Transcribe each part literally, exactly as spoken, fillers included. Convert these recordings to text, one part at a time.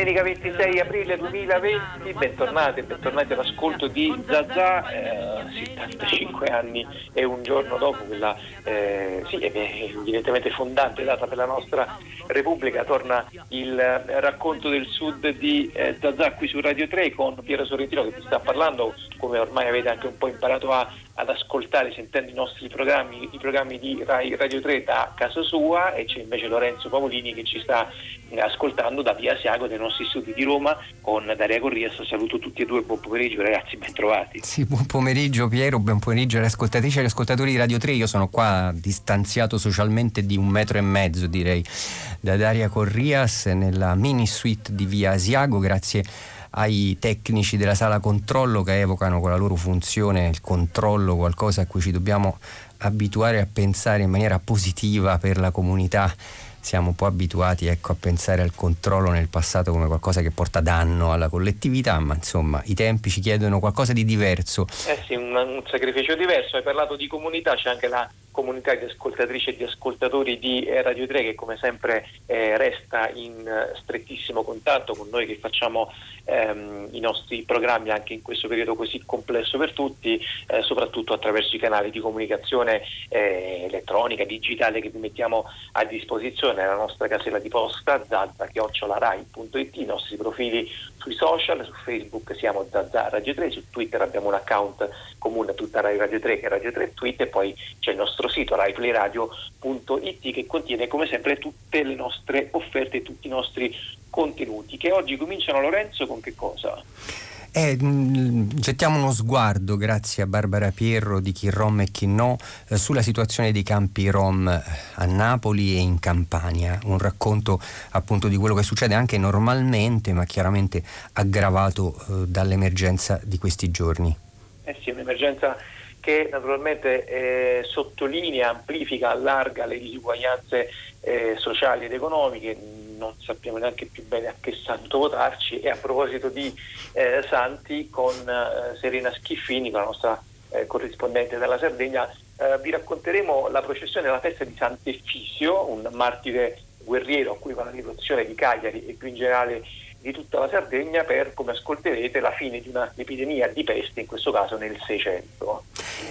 Domenica ventisei aprile duemilaventi, bentornati e bentornati all'ascolto di Zazà, eh, settantacinque anni e un giorno dopo quella eh, sì, evidentemente fondante data per la nostra Repubblica, torna il racconto del Sud di eh, Zazà qui su Radio tre con Piero Sorrentino che ti sta parlando, come ormai avete anche un po' imparato a ad ascoltare sentendo i nostri programmi, i programmi di Rai Radio tre da casa sua, e c'è invece Lorenzo Pavolini che ci sta ascoltando da Via Asiago dei nostri studi di Roma con Daria Corrias. Saluto tutti e due, buon pomeriggio ragazzi, ben trovati. Sì, buon pomeriggio Piero, buon pomeriggio alle ascoltatrici e agli ascoltatori di Radio tre. Io sono qua distanziato socialmente di un metro e mezzo direi da Daria Corrias nella mini suite di Via Asiago, grazie ai tecnici della sala controllo che evocano con la loro funzione il controllo, qualcosa a cui ci dobbiamo abituare a pensare in maniera positiva per la comunità. Siamo un po' abituati ecco, a pensare al controllo nel passato come qualcosa che porta danno alla collettività, ma insomma i tempi ci chiedono qualcosa di diverso. Eh sì, un, un sacrificio diverso. Hai parlato di comunità, c'è anche la comunità di ascoltatrici e di ascoltatori di eh, Radio tre che come sempre eh, resta in eh, strettissimo contatto con noi che facciamo ehm, i nostri programmi anche in questo periodo così complesso per tutti, eh, soprattutto attraverso i canali di comunicazione eh, elettronica, digitale che vi mettiamo a disposizione, la nostra casella di posta zazza chiocciola rai punto it, i nostri profili sui social, su Facebook siamo Zazà Radio tre, su Twitter abbiamo un account comune a tutta Rai Radio tre che è Radio tre Tweet, e poi c'è il nostro sito rai play radio punto it che contiene come sempre tutte le nostre offerte e tutti i nostri contenuti, che oggi cominciano, Lorenzo, con che cosa? Eh, gettiamo uno sguardo, grazie a Barbara Pierro di Chi Rom e Chi No, eh, sulla situazione dei campi Rom a Napoli e in Campania, un racconto appunto di quello che succede anche normalmente, ma chiaramente aggravato eh, dall'emergenza di questi giorni. Eh sì, un'emergenza che naturalmente eh, sottolinea, amplifica, allarga le disuguaglianze eh, sociali ed economiche. Non sappiamo neanche più bene a che santo votarci, e a proposito di eh, santi, con eh, Serena Schiffini, con la nostra eh, corrispondente dalla Sardegna, eh, vi racconteremo la processione della festa di Sant'Efisio, un martire guerriero a cui va la devozione di Cagliari e più in generale di tutta la Sardegna, per, come ascolterete, la fine di una epidemia di peste, in questo caso nel Seicento.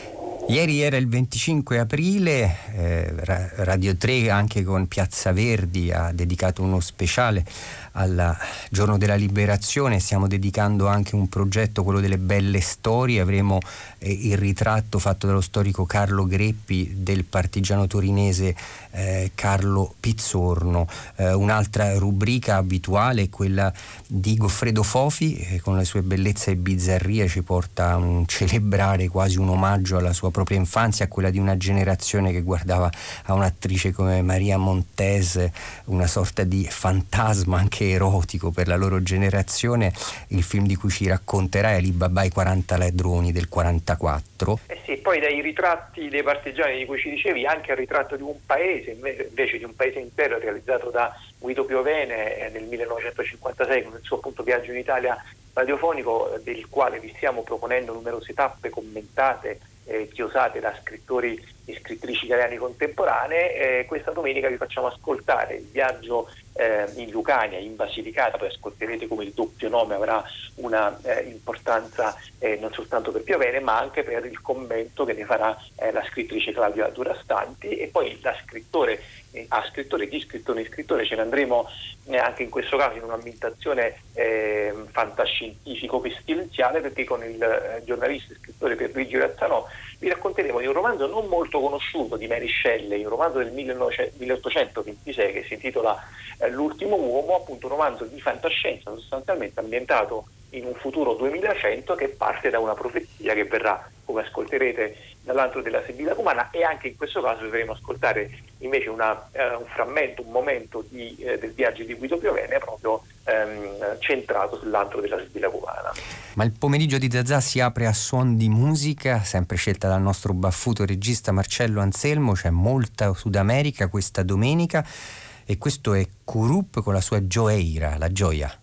Ieri era il venticinque aprile, eh, Radio tre anche con Piazza Verdi ha dedicato uno speciale al giorno della liberazione. Stiamo dedicando anche un progetto, quello delle belle storie. Avremo eh, il ritratto fatto dallo storico Carlo Greppi del partigiano torinese eh, Carlo Pizzorno. Eh, un'altra rubrica abituale è quella di Goffredo Fofi, eh, con le sue bellezze e bizzarrie ci porta a un celebrare quasi un omaggio alla sua propria infanzia, a quella di una generazione che guardava a un'attrice come Maria Montez, una sorta di fantasma anche erotico per la loro generazione. Il film di cui ci racconterà è Ali Baba e i quaranta ladroni del quarantaquattro. Eh sì, poi dai ritratti dei partigiani di cui ci dicevi anche al ritratto di un paese, invece di un paese intero, realizzato da Guido Piovene nel millenovecentocinquantasei con il suo appunto viaggio in Italia radiofonico, del quale vi stiamo proponendo numerose tappe commentate, eh, chiosate da scrittori e scrittrici italiani contemporanee. Eh, questa domenica vi facciamo ascoltare il viaggio eh, in Lucania, in Basilicata. Poi ascolterete come il doppio nome avrà una eh, importanza eh, non soltanto per Piovene, ma anche per il commento che ne farà eh, la scrittrice Claudia Durastanti, e poi da scrittore eh, a scrittore, di scrittore in scrittore ce ne andremo eh, anche in questo caso in un'ambientazione eh, fantascientifico-pestilenziale, perché con il eh, giornalista e scrittore Pierluigi Razzanò vi racconteremo di un romanzo non molto conosciuto di Mary Shelley, un romanzo del milleottocentoventisei che si intitola eh, L'ultimo uomo, appunto un romanzo di fantascienza sostanzialmente ambientato in un futuro duemilacento che parte da una profezia che verrà, come ascolterete, dall'antro della Sibilla Cumana, e anche in questo caso dovremo ascoltare invece una, eh, un frammento, un momento di, eh, del viaggio di Guido Piovene proprio ehm, centrato sull'antro della Sibilla Cumana. Ma il pomeriggio di Zazà si apre a suon di musica, sempre scelta dal nostro baffuto regista Marcello Anselmo. C'è molta Sud America questa domenica, e questo è Kurup con la sua Gioeira, la gioia.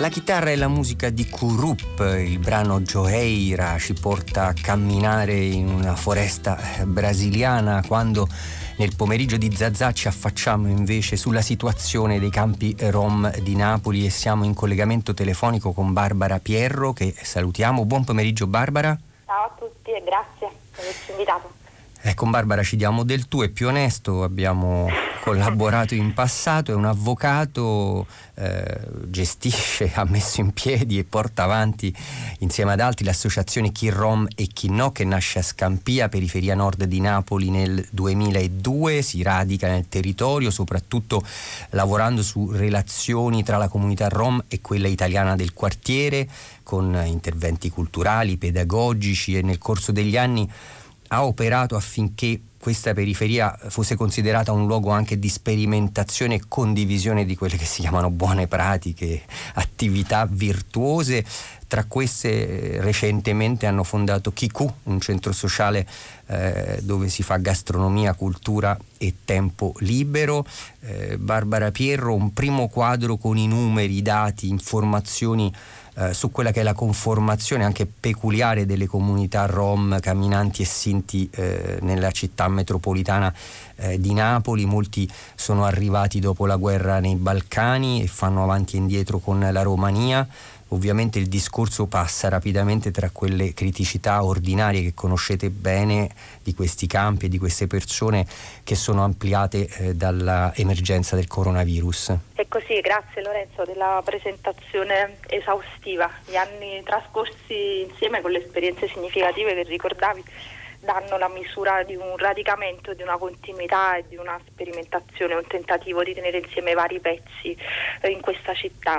La chitarra e la musica di Kurup, il brano Joeira ci porta a camminare in una foresta brasiliana, quando nel pomeriggio di Zazà ci affacciamo invece sulla situazione dei campi rom di Napoli e siamo in collegamento telefonico con Barbara Pierro, che salutiamo. Buon pomeriggio Barbara. Ciao a tutti e grazie per averci invitato. Eh, con Barbara ci diamo del tu, è più onesto, abbiamo collaborato in passato, è un avvocato, eh, gestisce, ha messo in piedi e porta avanti insieme ad altri l'associazione Chi Rom e Chi No, che nasce a Scampia, periferia nord di Napoli, nel duemiladue, si radica nel territorio soprattutto lavorando su relazioni tra la comunità rom e quella italiana del quartiere, con interventi culturali, pedagogici, e nel corso degli anni ha operato affinché questa periferia fosse considerata un luogo anche di sperimentazione e condivisione di quelle che si chiamano buone pratiche, attività virtuose. Tra queste recentemente hanno fondato Kiku, un centro sociale eh, dove si fa gastronomia, cultura e tempo libero. Eh, Barbara Pierro, un primo quadro con i numeri, i dati, informazioni Eh, su quella che è la conformazione anche peculiare delle comunità rom, camminanti e sinti eh, nella città metropolitana eh, di Napoli. Molti sono arrivati dopo la guerra nei Balcani e fanno avanti e indietro con la Romania. Ovviamente il discorso passa rapidamente tra quelle criticità ordinarie che conoscete bene di questi campi e di queste persone che sono ampliate eh, dalla emergenza del coronavirus. È così, grazie Lorenzo della presentazione esaustiva. Gli anni trascorsi insieme con le esperienze significative che ricordavi danno la misura di un radicamento, di una continuità e di una sperimentazione, un tentativo di tenere insieme vari pezzi eh, in questa città.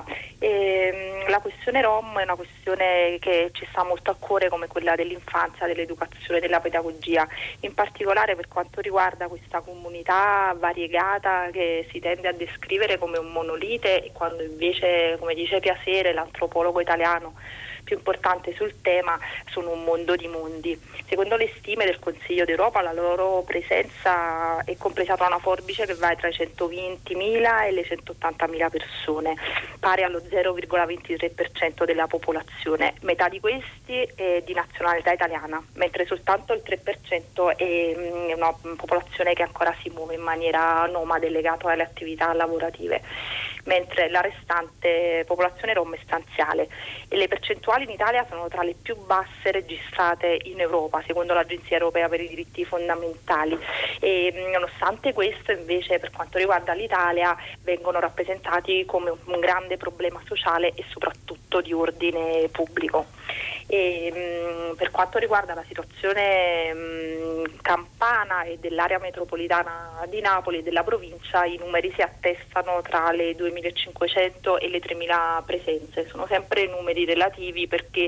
E, mh, la questione rom è una questione che ci sta molto a cuore, come quella dell'infanzia, dell'educazione, della pedagogia, in particolare per quanto riguarda questa comunità variegata che si tende a descrivere come un monolite, e quando invece, come dice Piasere, l'antropologo italiano più importante sul tema, sono un mondo di mondi. Secondo le stime del Consiglio d'Europa la loro presenza è compresa tra una forbice che va tra i centoventimila e le centottantamila persone, pari allo zero virgola ventitré per cento della popolazione. Metà di questi è di nazionalità italiana, mentre soltanto il tre per cento è una popolazione che ancora si muove in maniera nomade, legata alle attività lavorative, mentre la restante popolazione rom è stanziale, e le percentuali in Italia sono tra le più basse registrate in Europa, secondo l'Agenzia Europea per i Diritti Fondamentali. E nonostante questo, invece, per quanto riguarda l'Italia, vengono rappresentati come un grande problema sociale e soprattutto di ordine pubblico. E, mh, per quanto riguarda la situazione mh, campana e dell'area metropolitana di Napoli e della provincia, i numeri si attestano tra le duemilacinquecento e le tremila presenze. Sono sempre numeri relativi, perché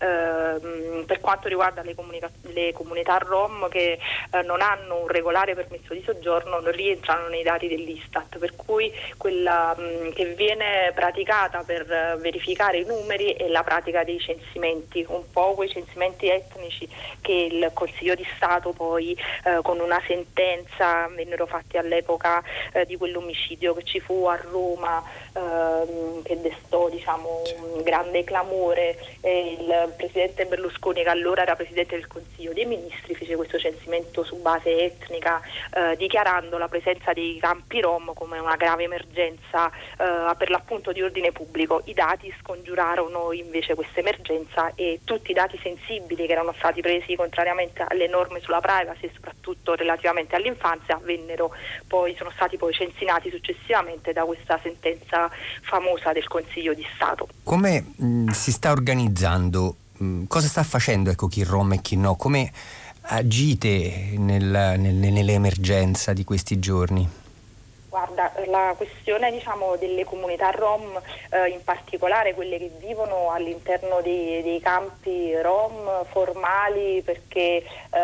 ehm, per quanto riguarda le, comunica- le comunità rom che eh, non hanno un regolare permesso di soggiorno non rientrano nei dati dell'Istat, per cui quella mh, che viene praticata per uh, verificare i numeri è la pratica dei censimenti, un po' quei censimenti etnici che il Consiglio di Stato poi eh, con una sentenza vennero fatti all'epoca eh, di quell'omicidio che ci fu a Roma, eh, che destò, diciamo, un grande clamore. E il presidente Berlusconi, che allora era presidente del Consiglio dei Ministri, fece questo censimento su base etnica, eh, dichiarando la presenza dei campi rom come una grave emergenza eh, per l'appunto di ordine pubblico. I dati scongiurarono invece questa emergenza, e tutti i dati sensibili che erano stati presi contrariamente alle norme sulla privacy e soprattutto relativamente all'infanzia vennero poi sono stati poi censinati successivamente da questa sentenza famosa del Consiglio di Stato. Come mh, si sta organizzando? Mh, cosa sta facendo ecco Chi Rom e Chi No? Come agite nel, nel, nell'emergenza di questi giorni? Guarda, la questione, diciamo, delle comunità rom, eh, in particolare quelle che vivono all'interno dei, dei campi rom formali, perché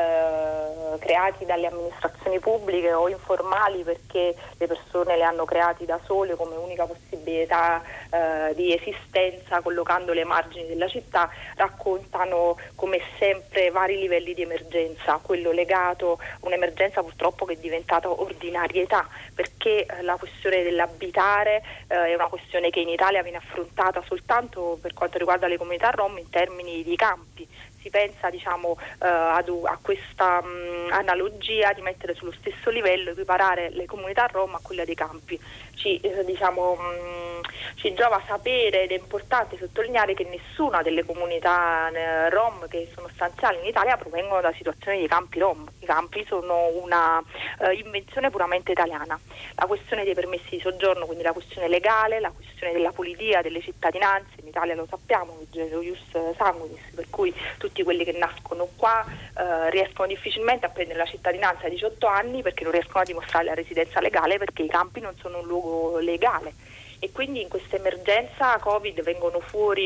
eh, creati dalle amministrazioni pubbliche, o informali perché le persone le hanno creati da sole come unica possibilità eh, di esistenza, collocandole ai margini della città, raccontano come sempre vari livelli di emergenza, quello legato a un'emergenza purtroppo che è diventata ordinarietà, perché eh, la questione dell'abitare eh, è una questione che in Italia viene affrontata soltanto per quanto riguarda le comunità rom in termini di campi. Si pensa diciamo eh, ad, a questa mh, analogia di mettere sullo stesso livello, equiparare le comunità rom a quelle dei campi. Ci, eh, diciamo, mh, ci giova sapere ed è importante sottolineare che nessuna delle comunità eh, rom che sono stanziali in Italia provengono da situazioni di campi rom. I campi sono una eh, invenzione puramente italiana. La questione dei permessi di soggiorno, quindi la questione legale, la questione della politica, delle cittadinanze, in Italia lo sappiamo, lo ius sanguinis, per cui tutti quelli che nascono qua eh, riescono difficilmente a prendere la cittadinanza a diciotto anni perché non riescono a dimostrare la residenza legale, perché i campi non sono un luogo legale. E quindi in questa emergenza Covid vengono fuori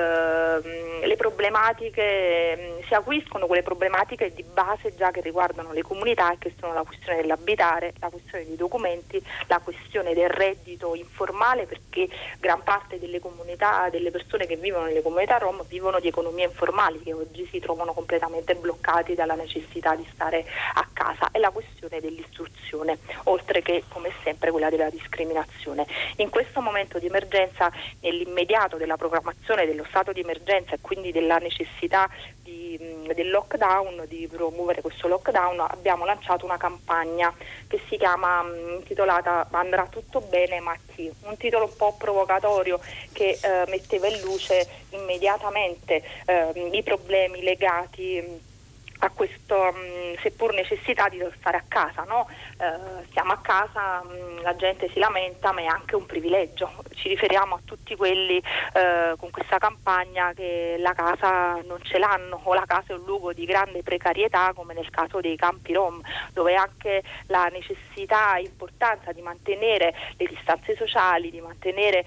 eh, le problematiche, si acuiscono quelle problematiche di base già che riguardano le comunità, che sono la questione dell'abitare, la questione dei documenti, la questione del reddito informale, perché gran parte delle comunità, delle persone che vivono nelle comunità rom vivono di economie informali che oggi si trovano completamente bloccati dalla necessità di stare a casa, e la questione dell'istruzione, oltre che come sempre quella della discriminazione. In questo momento di emergenza, nell'immediato della programmazione dello stato di emergenza e quindi della necessità di, del lockdown, di promuovere questo lockdown, abbiamo lanciato una campagna che si chiama intitolata "Andrà tutto bene ma chi?", un titolo un po' provocatorio che eh, metteva in luce immediatamente eh, i problemi legati a questo mh, seppur necessità di stare a casa, no? Eh, stiamo a casa, mh, la gente si lamenta, ma è anche un privilegio. Ci riferiamo a tutti quelli eh, con questa campagna che la casa non ce l'hanno, o la casa è un luogo di grande precarietà, come nel caso dei campi rom, dove anche la necessità e importanza di mantenere le distanze sociali, di mantenere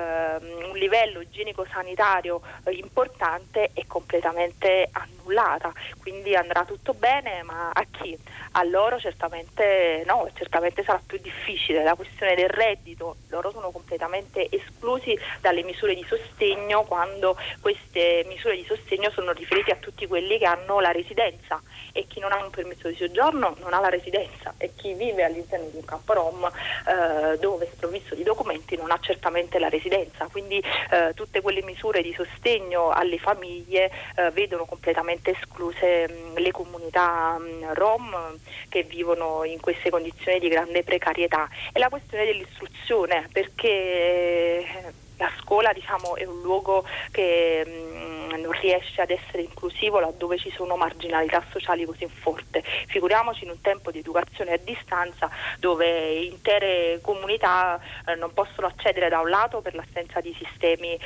eh, un livello igienico-sanitario eh, importante è completamente annullata. Quindi andrà tutto bene, ma a chi? A loro certamente no, certamente sarà più difficile. La questione del reddito, loro sono completamente esclusi dalle misure di sostegno, quando queste misure di sostegno sono riferite a tutti quelli che hanno la residenza, e chi non ha un permesso di soggiorno non ha la residenza, e chi vive all'interno di un campo rom eh, dove è sprovvisto di documenti non ha certamente la residenza. Quindi eh, tutte quelle misure di sostegno alle famiglie eh, vedono completamente escluse mh, le comunità mh, rom che vivono in queste condizioni di grande precarietà. E la questione dell'istruzione, perché la scuola diciamo è un luogo che mh, non riesce ad essere inclusivo laddove ci sono marginalità sociali così forti. Figuriamoci in un tempo di educazione a distanza dove intere comunità eh, non possono accedere, da un lato per l'assenza di sistemi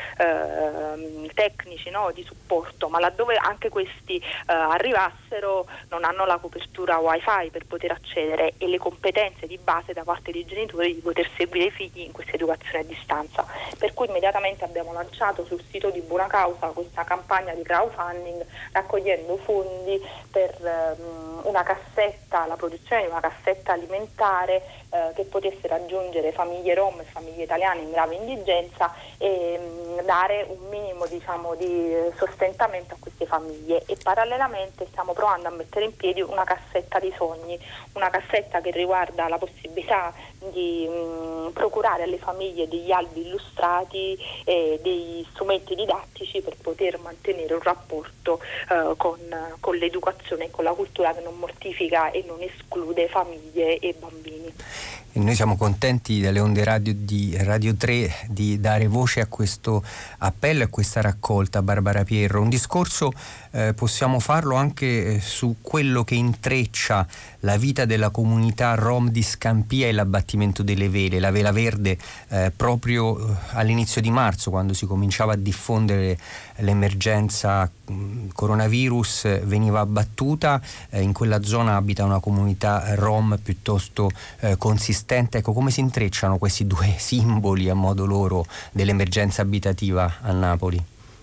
eh, tecnici, no, di supporto, ma laddove anche questi eh, arrivassero non hanno la copertura wifi per poter accedere e le competenze di base da parte dei genitori di poter seguire i figli in questa educazione a distanza. Per cui immediatamente abbiamo lanciato sul sito di Buona Causa questa campagna di crowdfunding, raccogliendo fondi per um, una cassetta, la produzione di una cassetta alimentare eh, che potesse raggiungere famiglie rom e famiglie italiane in grave indigenza e um, dare un minimo diciamo di sostentamento a queste famiglie. E parallelamente stiamo provando a mettere in piedi una cassetta dei sogni, una cassetta che riguarda la possibilità di um, procurare alle famiglie degli albi illustrati e degli strumenti didattici per poter mantenere un rapporto eh, con, con l'educazione e con la cultura che non mortifica e non esclude famiglie e bambini. E noi siamo contenti dalle onde radio di Radio tre di dare voce a questo appello e a questa raccolta, Barbara Pierro. Un discorso eh, possiamo farlo anche eh, su quello che intreccia la vita della comunità rom di Scampia e l'abbattimento delle vele, la vela verde, eh, proprio eh, all'inizio di marzo, quando si cominciava a diffondere l'emergenza mh, coronavirus, veniva abbattuta. Eh, in quella zona abita una comunità rom piuttosto eh, consistente. Ecco, come si intrecciano questi due simboli a modo loro dell'emergenza abitativa a Napoli?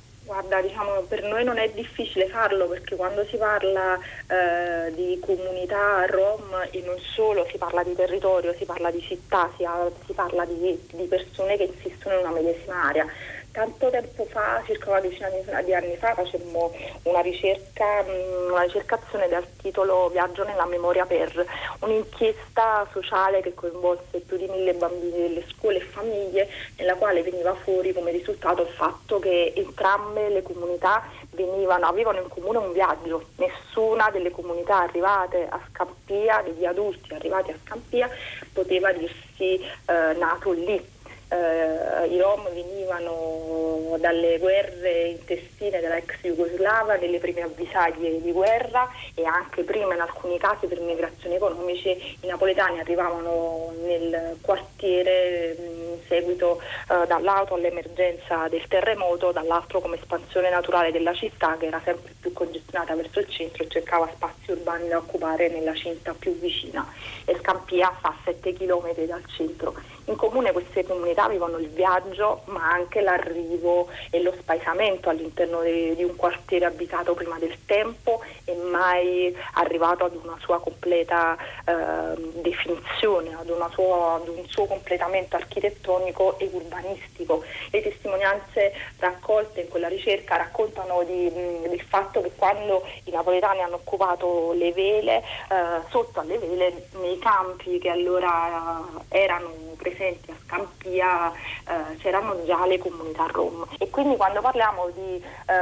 guarda, diciamo, per noi non è difficile farlo, perché quando si parla eh, di comunità rom, e non solo, si parla di territorio, si parla di città, si, ha, si parla di, di persone che insistono in una medesima area. Tanto tempo fa, circa una decina di anni fa, facemmo una ricerca, una ricercazione dal titolo Viaggio nella memoria per, un'inchiesta sociale che coinvolse più di mille bambini delle scuole e famiglie, nella quale veniva fuori come risultato il fatto che entrambe le comunità venivano, avevano in comune un viaggio. Nessuna delle comunità arrivate a Scampia, degli adulti arrivati a Scampia, poteva dirsi eh, nato lì. Uh, I Rom venivano dalle guerre intestine della ex Jugoslava, nelle prime avvisaglie di guerra, e anche prima in alcuni casi per migrazioni economici i napoletani arrivavano nel quartiere in seguito uh, dall'auto all'emergenza del terremoto, dall'altro come espansione naturale della città, che era sempre più congestionata verso il centro e cercava spazi urbani da occupare nella cinta più vicina, e Scampia sta a sette chilometri dal centro. In comune queste comunità vivono il viaggio, ma anche l'arrivo e lo spaesamento all'interno de, di un quartiere abitato prima del tempo e mai arrivato ad una sua completa eh, definizione, ad, una sua, ad un suo completamento architettonico e urbanistico. Le testimonianze raccolte in quella ricerca raccontano di, mh, del fatto che quando i napoletani hanno occupato le vele, eh, sotto alle vele, nei campi che allora eh, erano presenti a Scampia, eh, c'erano già le comunità rom, e quindi quando parliamo di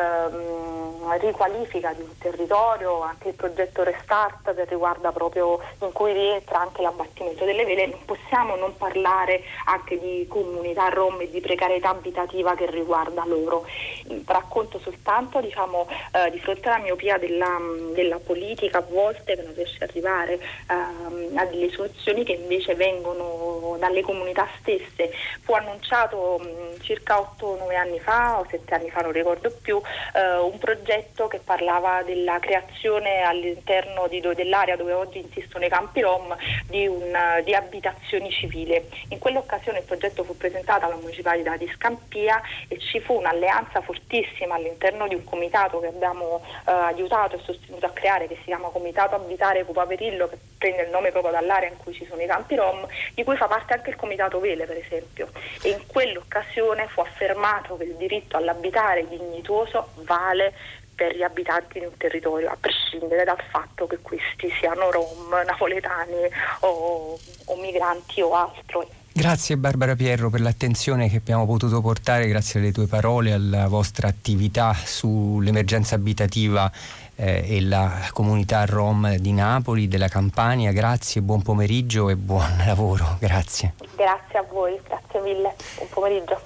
ehm, riqualifica di un territorio, anche il progetto Restart, che riguarda proprio, in cui rientra anche l'abbattimento delle vele, non possiamo non parlare anche di comunità rom e di precarietà abitativa che riguarda loro. Racconto soltanto, diciamo, eh, di fronte alla miopia della, della politica, a volte, che non riesce ad arrivare ehm, a delle soluzioni che invece vengono dalle comunità stesse. Fu annunciato mh, circa otto nove anni fa o sette anni fa, non ricordo più, eh, un progetto che parlava della creazione all'interno di, dell'area dove oggi insistono i campi rom di, un, di abitazioni civili. In quell'occasione il progetto fu presentato alla municipalità di Scampia e ci fu un'alleanza fortissima all'interno di un comitato che abbiamo eh, aiutato e sostenuto a creare, che si chiama Comitato Abitare Pupa Perillo, che prende il nome proprio dall'area in cui ci sono i campi rom, di cui fa parte anche il Comitato Vele, per esempio. E in quell'occasione fu affermato che il diritto all'abitare dignitoso vale per gli abitanti di un territorio, a prescindere dal fatto che questi siano rom, napoletani o, o migranti o altro. Grazie Barbara Pierro per l'attenzione che abbiamo potuto portare, grazie alle tue parole, alla vostra attività sull'emergenza abitativa eh, e la comunità rom di Napoli, della Campania. Grazie, buon pomeriggio e buon lavoro. Grazie. Grazie a voi, grazie mille, buon pomeriggio.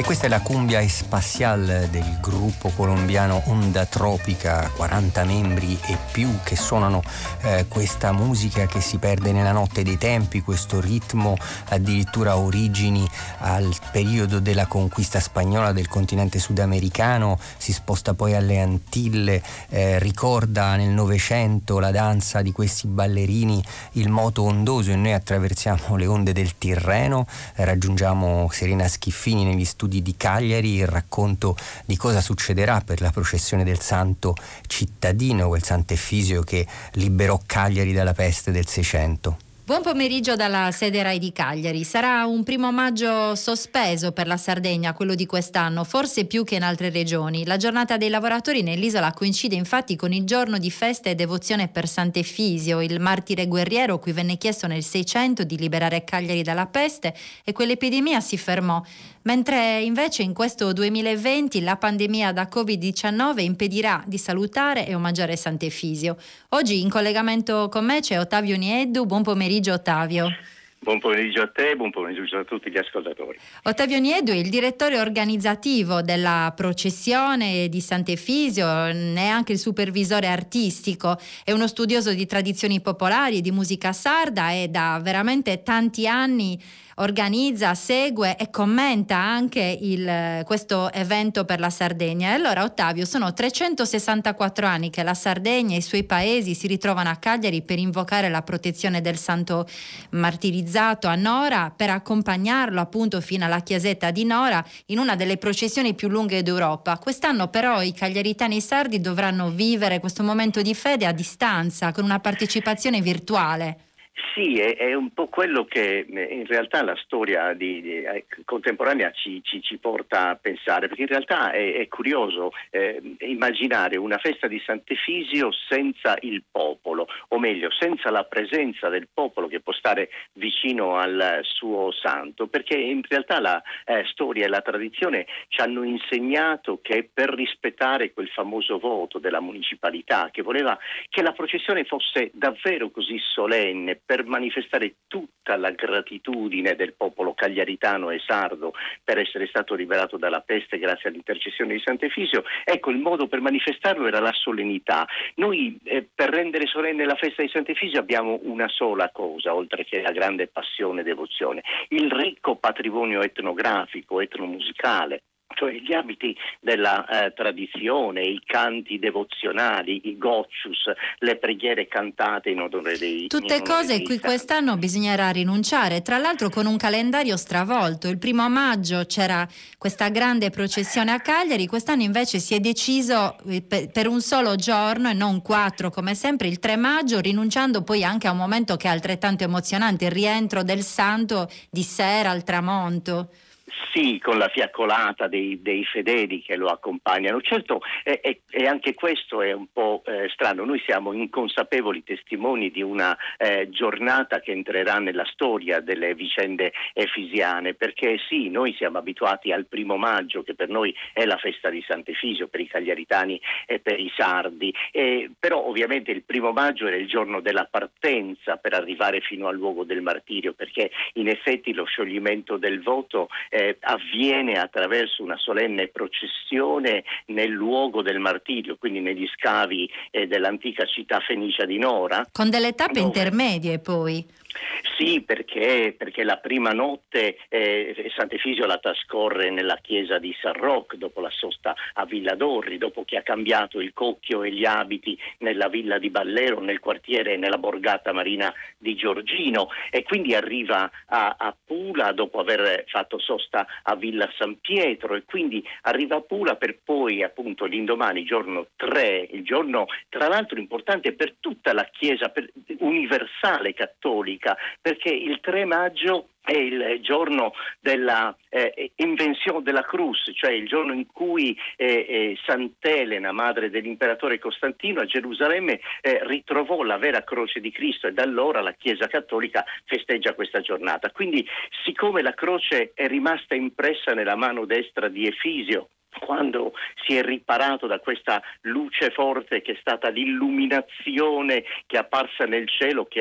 questa è la cumbia espacial del gruppo colombiano Onda Tropica, quaranta membri e più che suonano eh, questa musica che si perde nella notte dei tempi, questo ritmo addirittura origini al periodo della conquista spagnola del continente sudamericano, si sposta poi alle Antille, eh, ricorda nel Novecento la danza di questi ballerini, il moto ondoso, e noi attraversiamo le onde del Tirreno, eh, raggiungiamo Serena Schiffini negli studi di Cagliari, il racconto di cosa succederà per la processione del Santo Cittadino, quel Santo Effisio che liberò Cagliari dalla peste del Seicento. Buon pomeriggio dalla sede Rai di Cagliari. Sarà un primo maggio sospeso per la Sardegna, quello di quest'anno, forse più che in altre regioni. La giornata dei lavoratori nell'isola coincide infatti con il giorno di festa e devozione per Sant'Effisio, il martire guerriero cui venne chiesto nel Seicento di liberare Cagliari dalla peste e quell'epidemia si fermò. Mentre invece in questo duemilaventi la pandemia da covid diciannove impedirà di salutare e omaggiare Sant'Effisio. Oggi in collegamento con me c'è Ottavio Nieddu. Buon pomeriggio Ottavio. Buon pomeriggio a te, buon pomeriggio a tutti gli ascoltatori. Ottavio Nieddu è il direttore organizzativo della processione di Sant'Effisio, è anche il supervisore artistico, è uno studioso di tradizioni popolari e di musica sarda e da veramente tanti anni organizza, segue e commenta anche il, questo evento per la Sardegna. E allora Ottavio, sono trecentosessantaquattro anni che la Sardegna e i suoi paesi si ritrovano a Cagliari per invocare la protezione del santo martirizzato a Nora, per accompagnarlo appunto fino alla chiesetta di Nora in una delle processioni più lunghe d'Europa. Quest'anno però i cagliaritani sardi dovranno vivere questo momento di fede a distanza, con una partecipazione virtuale. Sì, è, è un po' quello che in realtà la storia di, di, eh, contemporanea ci, ci, ci porta a pensare, perché in realtà è, è curioso eh, immaginare una festa di Sant'Effisio senza il popolo, o meglio senza la presenza del popolo che può stare vicino al suo santo, perché in realtà la eh, storia e la tradizione ci hanno insegnato che per rispettare quel famoso voto della municipalità che voleva che la processione fosse davvero così solenne, per manifestare tutta la gratitudine del popolo cagliaritano e sardo per essere stato liberato dalla peste grazie all'intercessione di Sant'Effisio, ecco, il modo per manifestarlo era la solennità. Noi eh, per rendere solenne la festa di Sant'Effisio abbiamo una sola cosa, oltre che la grande passione e devozione: il ricco patrimonio etnografico, etnomusicale, cioè gli abiti della eh, tradizione, i canti devozionali, i goccius, le preghiere cantate in odore dei tutte in cose a cui quest'anno bisognerà rinunciare, tra l'altro con un calendario stravolto. Il primo maggio c'era questa grande processione a Cagliari, quest'anno invece si è deciso per, per un solo giorno e non quattro come sempre, il tre maggio, rinunciando poi anche a un momento che è altrettanto emozionante, il rientro del santo di sera al tramonto. Sì, con la fiaccolata dei, dei fedeli che lo accompagnano. Certo, e, e, e anche questo è un po' eh, strano. Noi siamo inconsapevoli testimoni di una eh, giornata che entrerà nella storia delle vicende efisiane, perché sì, noi siamo abituati al primo maggio, che per noi è la festa di Sant'Effisio, per i cagliaritani e per i sardi, e, però ovviamente il primo maggio era il giorno della partenza per arrivare fino al luogo del martirio, perché in effetti lo scioglimento del voto Eh, avviene attraverso una solenne processione nel luogo del martirio, quindi negli scavi eh, dell'antica città fenicia di Nora. Con delle tappe dove... intermedie poi. Sì, perché, perché la prima notte eh, Sant'Effisio la trascorre nella chiesa di San Roque, dopo la sosta a Villa Dorri, dopo che ha cambiato il cocchio e gli abiti nella villa di Ballero, nel quartiere, nella borgata marina di Giorgino, e quindi arriva a, a Pula dopo aver fatto sosta a Villa San Pietro, e quindi arriva a Pula per poi appunto l'indomani, giorno tre, il giorno tra l'altro importante per tutta la Chiesa per, universale cattolica, perché il tre maggio è il giorno della eh, invenzione della Cruz, cioè il giorno in cui eh, eh, Sant'Elena, madre dell'imperatore Costantino, a Gerusalemme eh, ritrovò la vera croce di Cristo, e da allora la Chiesa cattolica festeggia questa giornata. Quindi, siccome la croce è rimasta impressa nella mano destra di Effisio, quando si è riparato da questa luce forte che è stata l'illuminazione che è apparsa nel cielo, che ha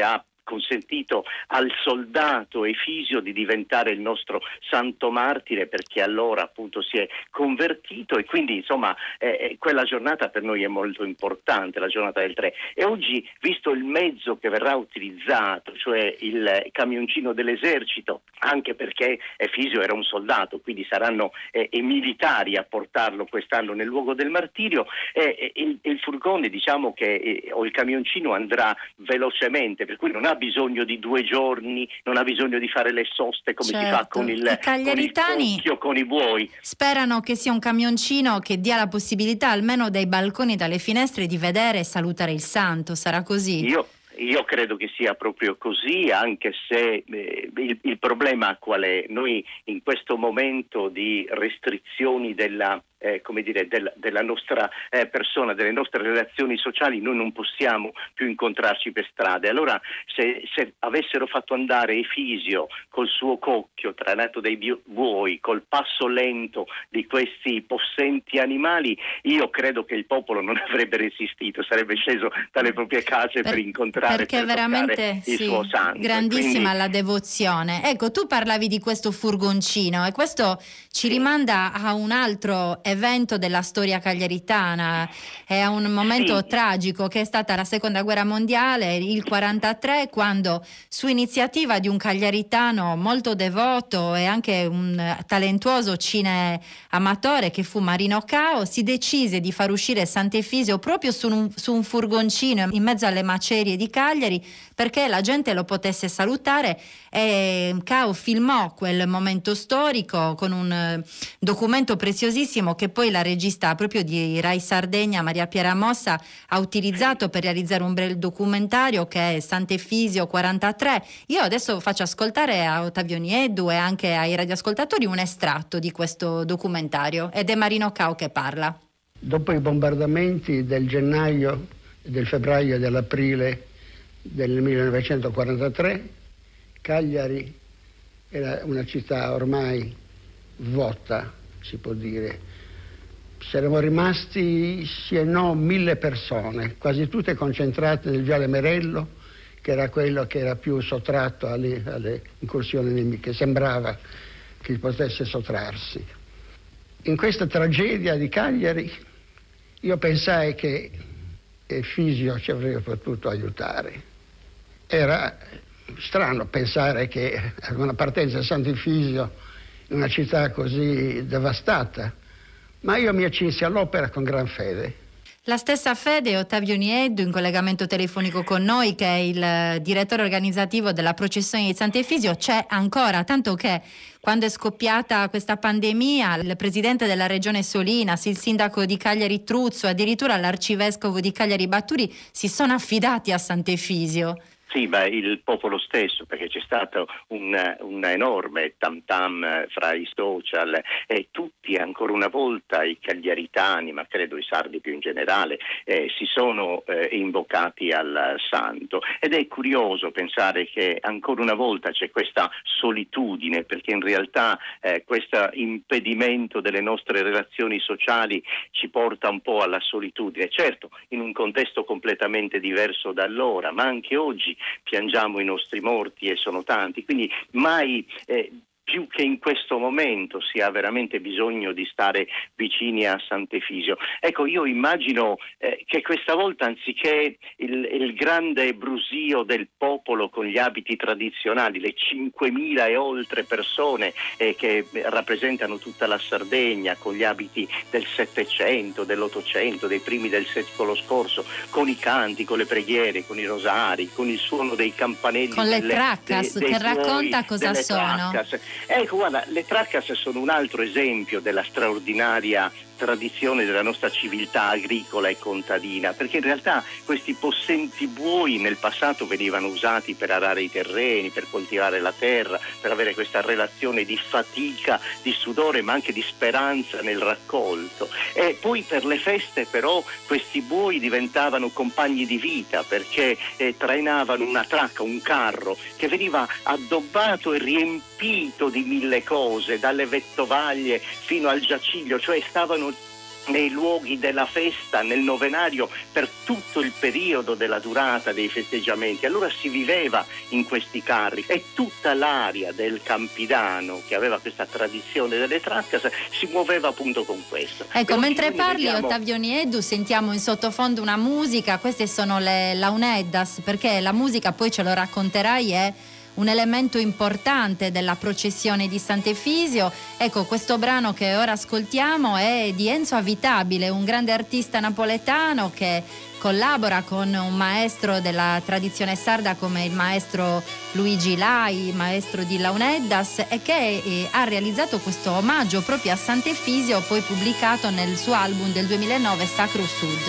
consentito al soldato Efisio di diventare il nostro santo martire, perché allora appunto si è convertito, e quindi insomma eh, quella giornata per noi è molto importante, la giornata del tre. E oggi, visto il mezzo che verrà utilizzato, cioè il camioncino dell'esercito, anche perché Efisio era un soldato, quindi saranno eh, i militari a portarlo quest'anno nel luogo del martirio, eh, il, il furgone, diciamo che eh, o il camioncino andrà velocemente, per cui non ha bisogno di due giorni, non ha bisogno di fare le soste come certo. si fa con il, I cagliaritani con il cocchio, con i buoi. Sperano che sia un camioncino che dia la possibilità almeno dai balconi, dalle finestre, di vedere e salutare il santo. Sarà così? Io Io credo che sia proprio così, anche se eh, il, il problema qual è? Noi in questo momento di restrizioni della Eh, come dire, del, della nostra eh, persona, delle nostre relazioni sociali, noi non possiamo più incontrarci per strada. Allora se, se avessero fatto andare Efisio col suo cocchio tranato dai buoi, col passo lento di questi possenti animali, io credo che il popolo non avrebbe resistito, sarebbe sceso dalle proprie case per, per incontrare, perché per veramente il sì, suo santo. grandissima Quindi... la devozione. Ecco, tu parlavi di questo furgoncino e questo ci rimanda a un altro evento della storia cagliaritana, è un momento sì. tragico che è stata la seconda guerra mondiale, il quarantatré, quando su iniziativa di un cagliaritano molto devoto e anche un talentuoso cine amatore che fu Marino Cao, si decise di far uscire Sant'Efisio proprio su un, su un furgoncino in mezzo alle macerie di Cagliari, perché la gente lo potesse salutare, e Cao filmò quel momento storico con un documento preziosissimo che poi la regista proprio di Rai Sardegna, Maria Piera Mossa, ha utilizzato per realizzare un bel documentario che è Sant'Efisio quarantatré. Io adesso faccio ascoltare a Ottavio Nieddu e anche ai radioascoltatori un estratto di questo documentario, ed è Marino Cao che parla. Dopo i bombardamenti del gennaio, del febbraio e dell'aprile del millenovecentoquarantatré, Cagliari era una città ormai vuota, si può dire. Saremmo rimasti sì e no mille persone, quasi tutte concentrate nel viale Merello, che era quello che era più sottratto alle, alle incursioni nemiche, sembrava che potesse sottrarsi. In questa tragedia di Cagliari io pensai che Efisio ci avrebbe potuto aiutare. Era strano pensare che ad una partenza a Sant'Efisio, in una città così devastata, ma io mi accinsi all'opera con gran fede. La stessa fede Ottavio Nieddu, in collegamento telefonico con noi, che è il direttore organizzativo della processione di Sant'Efisio, c'è ancora, tanto che quando è scoppiata questa pandemia il presidente della regione Solinas, il sindaco di Cagliari Truzzo, addirittura l'arcivescovo di Cagliari Batturi si sono affidati a Sant'Efisio. Sì, ma il popolo stesso, perché c'è stato un, un enorme tam tam fra i social e tutti, ancora una volta, i cagliaritani, ma credo i sardi più in generale, eh, si sono eh, invocati al santo. Ed è curioso pensare che ancora una volta c'è questa solitudine, perché in realtà eh, questo impedimento delle nostre relazioni sociali ci porta un po' alla solitudine. Certo, in un contesto completamente diverso da allora, ma anche oggi piangiamo i nostri morti e sono tanti, quindi mai eh, più che in questo momento si ha veramente bisogno di stare vicini a Sant'Efisio. Ecco, io immagino eh, che questa volta, anziché il, il grande brusio del popolo con gli abiti tradizionali, le cinquemila e oltre persone eh, che rappresentano tutta la Sardegna con gli abiti del Settecento, dell'Ottocento, dei primi del secolo scorso, con i canti, con le preghiere, con i rosari, con il suono dei campanelli, con le delle, traccas, de, che tuoi, racconta cosa sono. Traccas. Ecco, guarda, le traccas sono un altro esempio della straordinaria tradizione della nostra civiltà agricola e contadina, perché in realtà questi possenti buoi nel passato venivano usati per arare i terreni, per coltivare la terra, per avere questa relazione di fatica, di sudore, ma anche di speranza nel raccolto. E poi per le feste però questi buoi diventavano compagni di vita, perché eh, trainavano una tracca, un carro che veniva addobbato e riempito di mille cose, dalle vettovaglie fino al giaciglio, cioè stavano nei luoghi della festa, nel novenario, per tutto il periodo della durata dei festeggiamenti. Allora si viveva in questi carri e tutta l'area del Campidano, che aveva questa tradizione delle tracas, si muoveva appunto con questo. Ecco, e mentre parli vediamo... Ottavio Nieddu, sentiamo in sottofondo una musica. Queste sono le Launeddas, perché la musica, poi ce lo racconterai, è un elemento importante della processione di Sant'Efisio. Ecco, questo brano che ora ascoltiamo è di Enzo Avitabile, un grande artista napoletano che collabora con un maestro della tradizione sarda come il maestro Luigi Lai, maestro di Launeddas, e che eh, ha realizzato questo omaggio proprio a Sant'Efisio, poi pubblicato nel suo album del duemilanove Sacro Sud.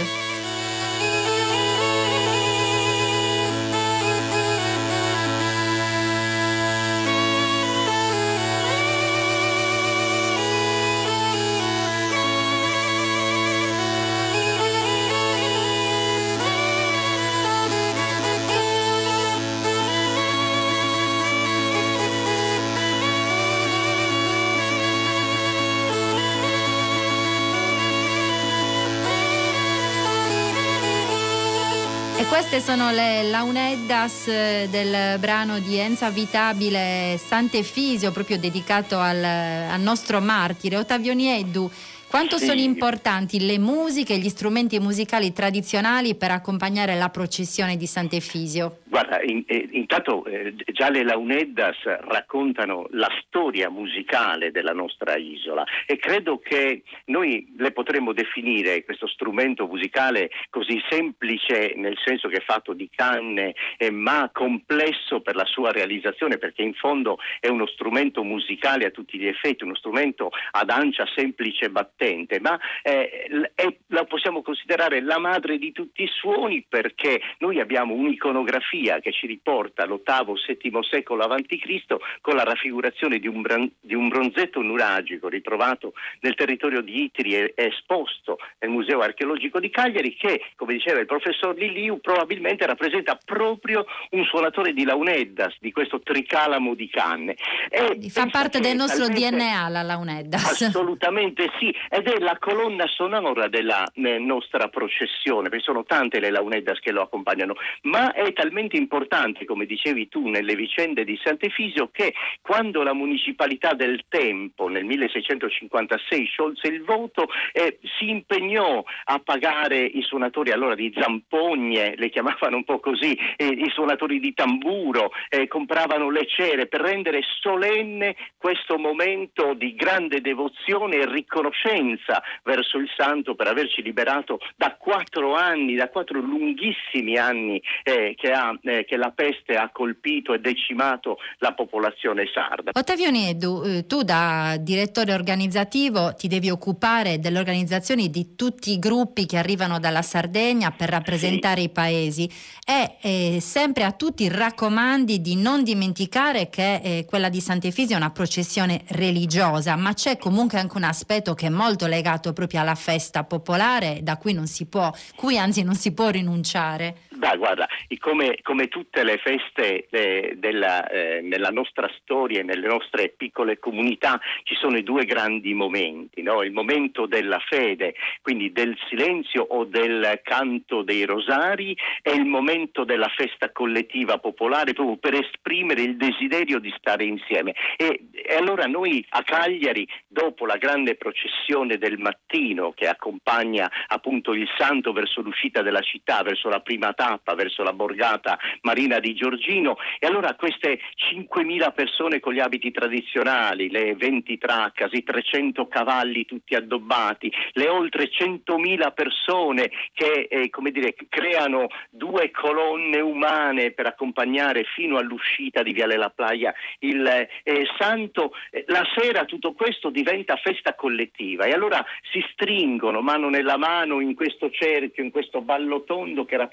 Queste sono le Launeddas del brano di Enzo Avitabile Sant'Efisio, proprio dedicato al, al nostro martire. Ottavio Nieddu, quanto sì. sono importanti le musiche e gli strumenti musicali tradizionali per accompagnare la processione di Sant'Efisio? Guarda, in, eh, intanto eh, già le Launeddas raccontano la storia musicale della nostra isola e credo che noi le potremmo definire questo strumento musicale così semplice nel senso che è fatto di canne eh, ma complesso per la sua realizzazione, perché in fondo è uno strumento musicale a tutti gli effetti, uno strumento ad ancia semplice e battente, ma eh, è, la possiamo considerare la madre di tutti i suoni, perché noi abbiamo un'iconografia che ci riporta all'ottavo settimo secolo avanti Cristo con la raffigurazione di un, bran- di un bronzetto nuragico ritrovato nel territorio di Itri e esposto nel Museo Archeologico di Cagliari, che, come diceva il professor Liliu, probabilmente rappresenta proprio un suonatore di Launeddas, di questo tricalamo di canne. E fa parte del nostro talmente... D N A la Launeddas. Assolutamente sì, ed è la colonna sonora della eh, nostra processione, perché sono tante le Launeddas che lo accompagnano, ma è talmente importante, come dicevi tu, nelle vicende di Sant'Efisio, che quando la municipalità del tempo nel milleseicentocinquantasei sciolse il voto, eh, si impegnò a pagare i suonatori allora di zampogne, le chiamavano un po' così, eh, i suonatori di tamburo, eh, compravano le cere per rendere solenne questo momento di grande devozione e riconoscenza verso il santo per averci liberato da quattro anni, da quattro lunghissimi anni eh, che ha Eh, che la peste ha colpito e decimato la popolazione sarda. Ottavio Nieddu, eh, tu da direttore organizzativo ti devi occupare delle organizzazioni di tutti i gruppi che arrivano dalla Sardegna per rappresentare sì. i paesi e eh, sempre a tutti raccomandi di non dimenticare che eh, quella di Sant'Efisio è una processione religiosa, ma c'è comunque anche un aspetto che è molto legato proprio alla festa popolare, da cui non si può, cui anzi non si può rinunciare. Beh, guarda, come, come tutte le feste eh, della, eh, nella nostra storia e nelle nostre piccole comunità ci sono i due grandi momenti, no? Il momento della fede, quindi del silenzio o del canto dei rosari, e il momento della festa collettiva popolare, proprio per esprimere il desiderio di stare insieme. E, e allora noi a Cagliari, dopo la grande processione del mattino che accompagna appunto il santo verso l'uscita della città, verso la prima tappa, verso la borgata marina di Giorgino, e allora queste cinquemila persone con gli abiti tradizionali, le venti traccas, i trecento cavalli tutti addobbati, le oltre centomila persone che eh, come dire, creano due colonne umane per accompagnare fino all'uscita di Viale La Playa il eh, santo, eh, la sera tutto questo diventa festa collettiva e allora si stringono mano nella mano in questo cerchio, in questo ballo tondo che rappresenta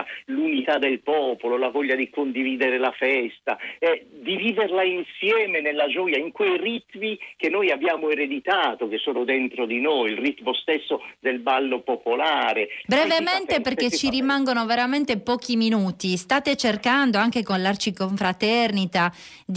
c'era l'unità del popolo, la voglia di condividere la festa, eh, di viverla insieme nella gioia, in quei ritmi che noi abbiamo ereditato, che sono dentro di noi, il ritmo stesso del ballo popolare. Brevemente, perché ci rimangono veramente pochi minuti, state cercando anche con l'Arciconfraternita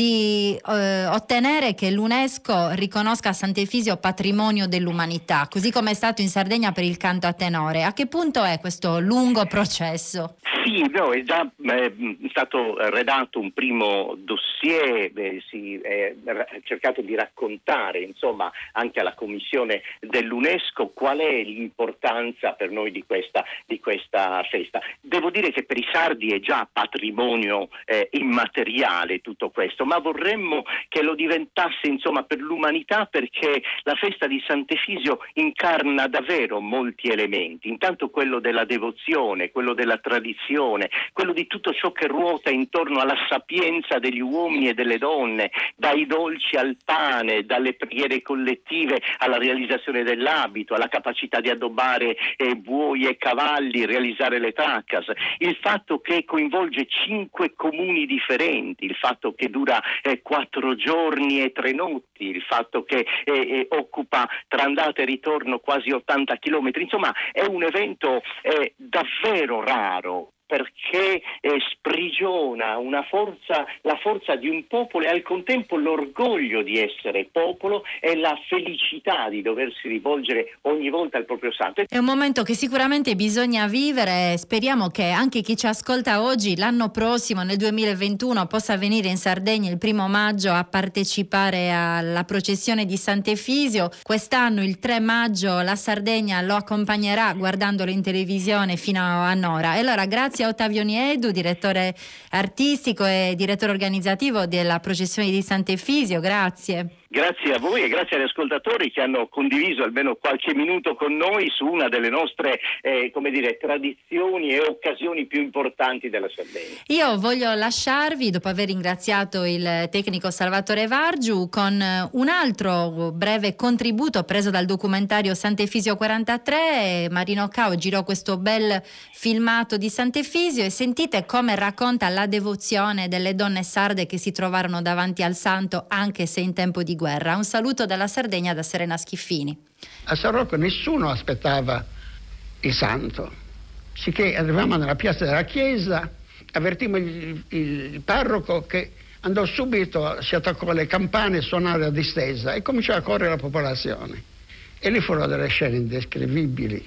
di eh, ottenere che l'UNESCO riconosca Sant'Efisio patrimonio dell'umanità, così come è stato in Sardegna per il canto a tenore. A che punto è questo lungo processo? Sì, no, è già eh, stato redatto un primo dossier, eh, si è cercato di raccontare, insomma, anche alla Commissione dell'UNESCO qual è l'importanza per noi di questa, di questa festa. Devo dire che per i sardi è già patrimonio eh, immateriale tutto questo, ma vorremmo che lo diventasse, insomma, per l'umanità, perché la festa di Sant'Efisio incarna davvero molti elementi, intanto quello della devozione, quello della tradizione, quello di tutto ciò che ruota intorno alla sapienza degli uomini e delle donne, dai dolci al pane, dalle preghiere collettive alla realizzazione dell'abito, alla capacità di addobbare eh, buoi e cavalli, realizzare le tracas, il fatto che coinvolge cinque comuni differenti, il fatto che dura eh, quattro giorni e tre notti, il fatto che eh, eh, occupa tra andata e ritorno quasi ottanta chilometri, insomma è un evento eh, davvero raro, perché eh, sprigiona una forza, la forza di un popolo e al contempo l'orgoglio di essere popolo e la felicità di doversi rivolgere ogni volta al proprio santo. È un momento che sicuramente bisogna vivere, speriamo che anche chi ci ascolta oggi l'anno prossimo, nel duemilaventuno, possa venire in Sardegna il primo maggio a partecipare alla processione di Sant'Efisio. Quest'anno il tre maggio la Sardegna lo accompagnerà guardandolo in televisione fino a Nora. E allora grazie a Ottavio Niedu, direttore artistico e direttore organizzativo della processione di Sant'Efisio, grazie. Grazie a voi e grazie agli ascoltatori che hanno condiviso almeno qualche minuto con noi su una delle nostre eh, come dire, tradizioni e occasioni più importanti della Sardegna. Io voglio lasciarvi, dopo aver ringraziato il tecnico Salvatore Vargiu, con un altro breve contributo preso dal documentario Sant'Efisio quarantatré. Marino Cao girò questo bel filmato di Sant'Efisio e sentite come racconta la devozione delle donne sarde che si trovarono davanti al santo anche se in tempo di guerra. Un saluto dalla Sardegna da Serena Schiffini. A San Rocco nessuno aspettava il santo, sicché arrivavamo nella piazza della chiesa, avvertimmo il, il parroco che andò subito, si attaccò alle campane, suonare a distesa e cominciò a correre la popolazione. E lì furono delle scene indescrivibili,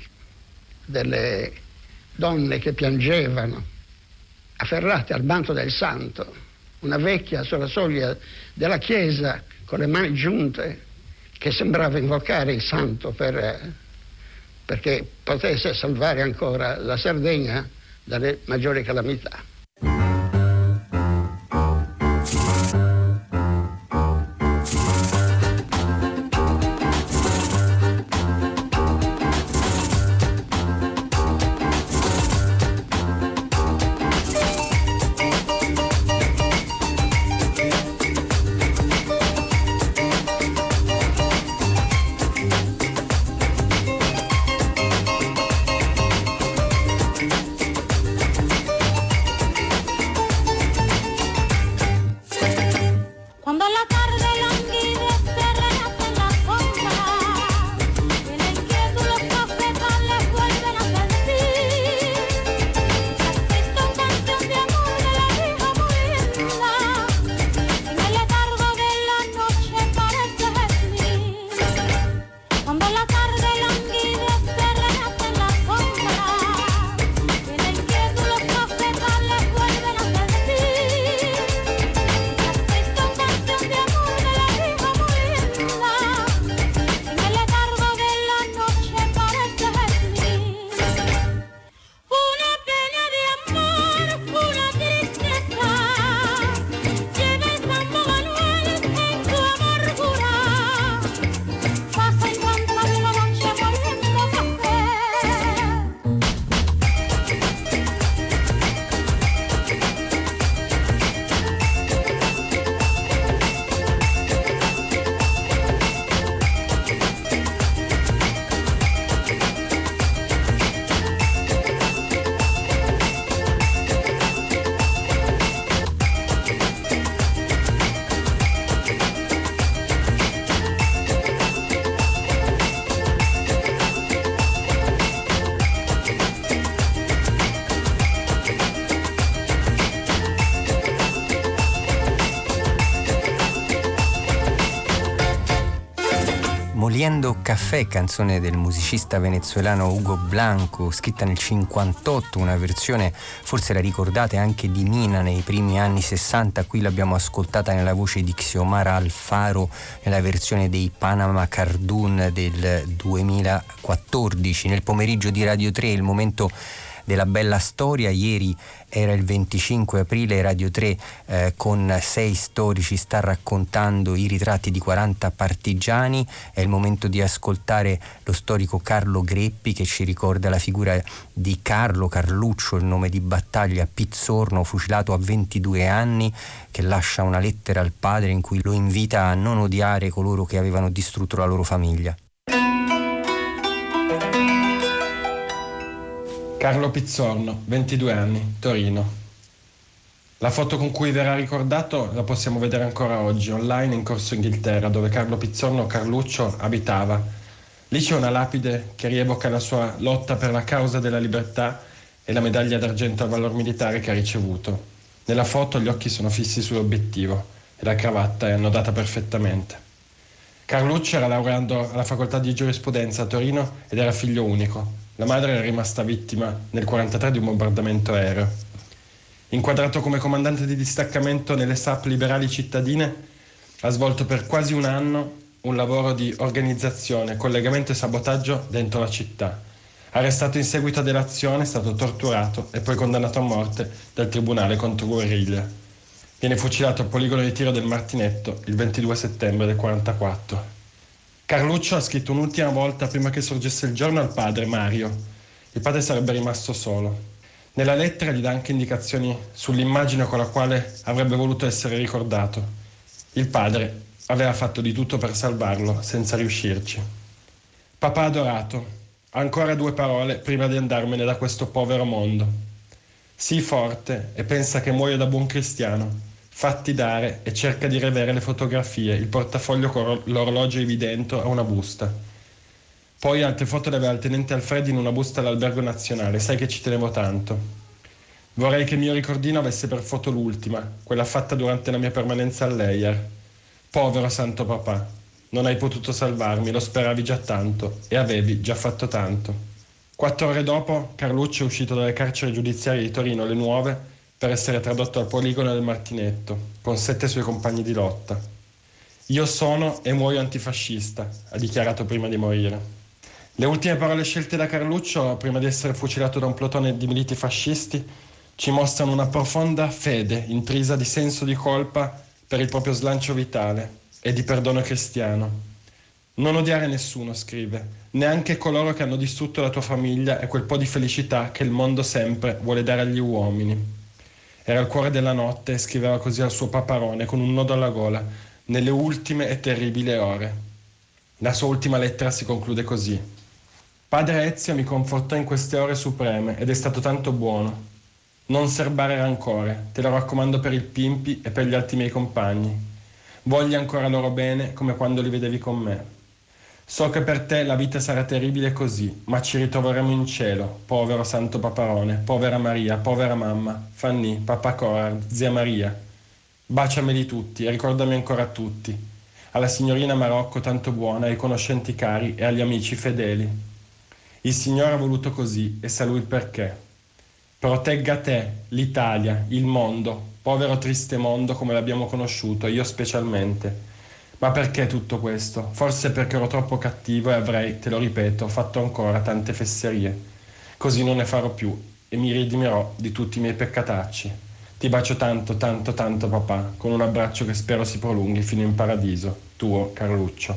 delle donne che piangevano, afferrate al manto del santo, una vecchia sulla soglia della chiesa con le mani giunte che sembrava invocare il santo per, perché potesse salvare ancora la Sardegna dalle maggiori calamità. Moliendo Caffè, canzone del musicista venezuelano Hugo Blanco, scritta nel cinquantotto, una versione, forse la ricordate, anche di Mina nei primi anni sessanta. Qui l'abbiamo ascoltata nella voce di Xiomara Alfaro nella versione dei Panama Cardoon del duemilaquattordici. Nel pomeriggio di Radio tre, il momento della bella storia. Ieri era il venticinque aprile, Radio tre eh, con sei storici sta raccontando i ritratti di quaranta partigiani. È il momento di ascoltare lo storico Carlo Greppi, che ci ricorda la figura di Carlo Carluccio, il nome di battaglia, Pizzorno, fucilato a ventidue anni, che lascia una lettera al padre in cui lo invita a non odiare coloro che avevano distrutto la loro famiglia. Carlo Pizzorno, ventidue anni, Torino. La foto con cui verrà ricordato la possiamo vedere ancora oggi, online in Corso Inghilterra, dove Carlo Pizzorno Carluccio abitava. Lì c'è una lapide che rievoca la sua lotta per la causa della libertà e la medaglia d'argento al valor militare che ha ricevuto. Nella foto gli occhi sono fissi sull'obiettivo e la cravatta è annodata perfettamente. Carluccio era laureando alla facoltà di giurisprudenza a Torino ed era figlio unico. La madre era rimasta vittima nel millenovecentoquarantatré di un bombardamento aereo. Inquadrato come comandante di distaccamento nelle S A P liberali cittadine, ha svolto per quasi un anno un lavoro di organizzazione, collegamento e sabotaggio dentro la città. Arrestato in seguito a delazione, è stato torturato e poi condannato a morte dal tribunale contro guerriglia. Viene fucilato al poligono di tiro del Martinetto il ventidue settembre del millenovecentoquarantaquattro. Carluccio ha scritto un'ultima volta prima che sorgesse il giorno al padre Mario. Il padre sarebbe rimasto solo. Nella lettera gli dà anche indicazioni sull'immagine con la quale avrebbe voluto essere ricordato. Il padre aveva fatto di tutto per salvarlo, senza riuscirci. Papà adorato, ancora due parole prima di andarmene da questo povero mondo. Sii forte e pensa che muoio da buon cristiano. Fatti dare e cerca di riavere le fotografie, il portafoglio con l'orologio ivi dentro a una busta. Poi altre foto le aveva il tenente Alfredi in una busta all'Albergo Nazionale, sai che ci tenevo tanto. Vorrei che il mio ricordino avesse per foto l'ultima, quella fatta durante la mia permanenza all'E I A R. Povero santo papà, non hai potuto salvarmi, lo speravi già tanto e avevi già fatto tanto. Quattro ore dopo, Carluccio è uscito dalle carceri giudiziarie di Torino, le nuove, per essere tradotto al poligono del Martinetto, con sette suoi compagni di lotta. Io sono e muoio antifascista, ha dichiarato prima di morire. Le ultime parole scelte da Carluccio, prima di essere fucilato da un plotone di militi fascisti, ci mostrano una profonda fede, intrisa di senso di colpa per il proprio slancio vitale e di perdono cristiano. Non odiare nessuno, scrive, neanche coloro che hanno distrutto la tua famiglia e quel po' di felicità che il mondo sempre vuole dare agli uomini. Era il cuore della notte e scriveva così al suo paparone con un nodo alla gola, nelle ultime e terribili ore. La sua ultima lettera si conclude così. Padre Ezio mi confortò in queste ore supreme ed è stato tanto buono. Non serbare rancore, te lo raccomando per il Pimpi e per gli altri miei compagni. Vogli ancora loro bene come quando li vedevi con me. So che per te la vita sarà terribile così, ma ci ritroveremo in cielo, povero santo paparone, povera Maria, povera mamma, Fanny, papà Corard, zia Maria. Baciameli tutti e ricordami ancora tutti. Alla signorina Marocco tanto buona, ai conoscenti cari e agli amici fedeli. Il Signore ha voluto così e sa Lui il perché. Protegga te, l'Italia, il mondo, povero triste mondo come l'abbiamo conosciuto, io specialmente. Ma perché tutto questo? Forse perché ero troppo cattivo e avrei, te lo ripeto, fatto ancora tante fesserie. Così non ne farò più e mi redimerò di tutti i miei peccatacci. Ti bacio tanto, tanto, tanto papà, con un abbraccio che spero si prolunghi fino in paradiso. Tuo Carluccio.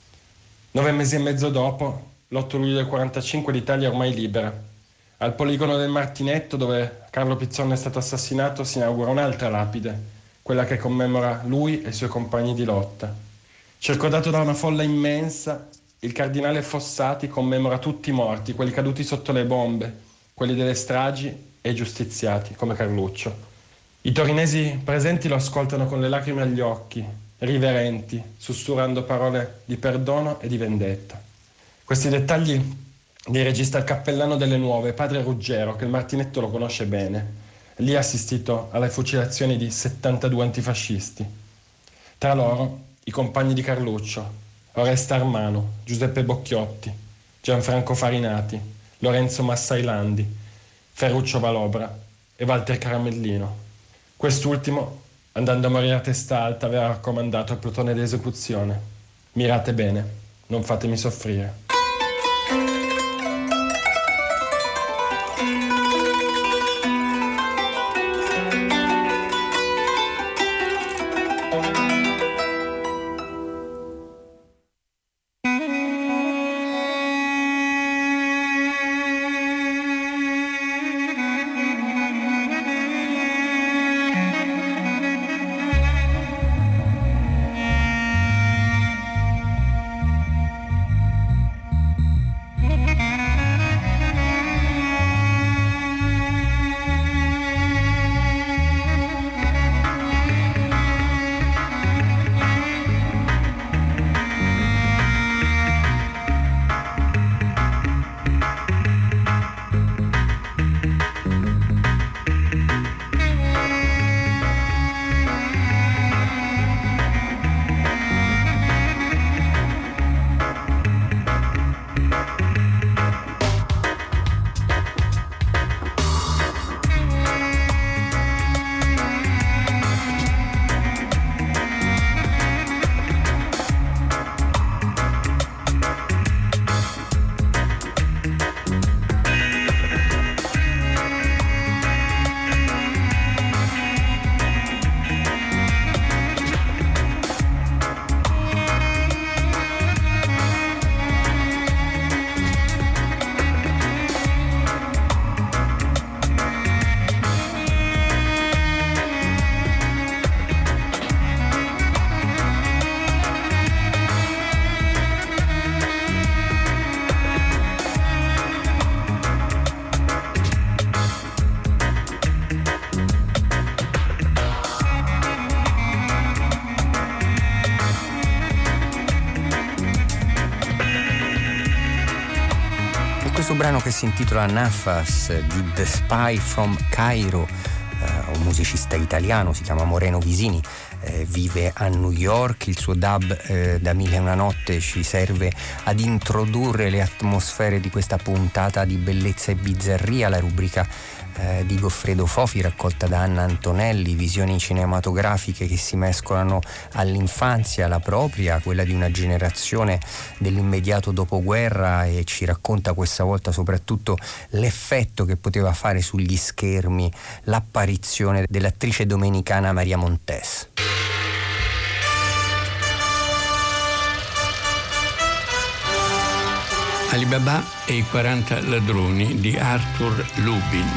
Nove mesi e mezzo dopo, l'otto luglio del quarantacinque, l'Italia è ormai libera. Al poligono del Martinetto, dove Carlo Pizzorno è stato assassinato, si inaugura un'altra lapide, quella che commemora lui e i suoi compagni di lotta. Circondato da una folla immensa, il cardinale Fossati commemora tutti i morti, quelli caduti sotto le bombe, quelli delle stragi e i giustiziati, come Carluccio. I torinesi presenti lo ascoltano con le lacrime agli occhi, riverenti, sussurrando parole di perdono e di vendetta. Questi dettagli li registra il cappellano delle Nuove, padre Ruggero, che il Martinetto lo conosce bene. Lì ha assistito alle fucilazioni di settantadue antifascisti. Tra loro i compagni di Carluccio, Oreste Armano, Giuseppe Bocchiotti, Gianfranco Farinati, Lorenzo Massailandi, Ferruccio Valobra e Walter Caramellino. Quest'ultimo, andando a morire a testa alta, aveva raccomandato al plotone d'esecuzione: mirate bene, non fatemi soffrire. Questo brano, che si intitola Nafas, di The Spy from Cairo, eh, un musicista italiano, si chiama Moreno Visini, eh, vive a New York. Il suo dub eh, da Mille e una notte ci serve ad introdurre le atmosfere di questa puntata di bellezza e bizzarria, la rubrica eh, di Goffredo Fofi, raccolta da Anna Antonelli, visioni cinematografiche che si mescolano all'infanzia, la propria, quella di una generazione dell'immediato dopoguerra, e ci racconta questa volta soprattutto l'effetto che poteva fare sugli schermi l'apparizione dell'attrice domenicana Maria Montes. Alibaba e i quaranta ladroni di Arthur Lubin.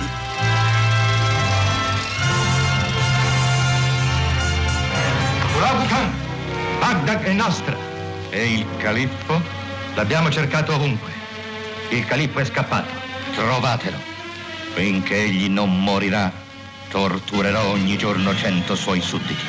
Abu Khan, Baghdad è nostra. E il califfo? L'abbiamo cercato ovunque. Il califfo è scappato. Trovatelo. Finché egli non morirà, torturerò ogni giorno cento suoi sudditi.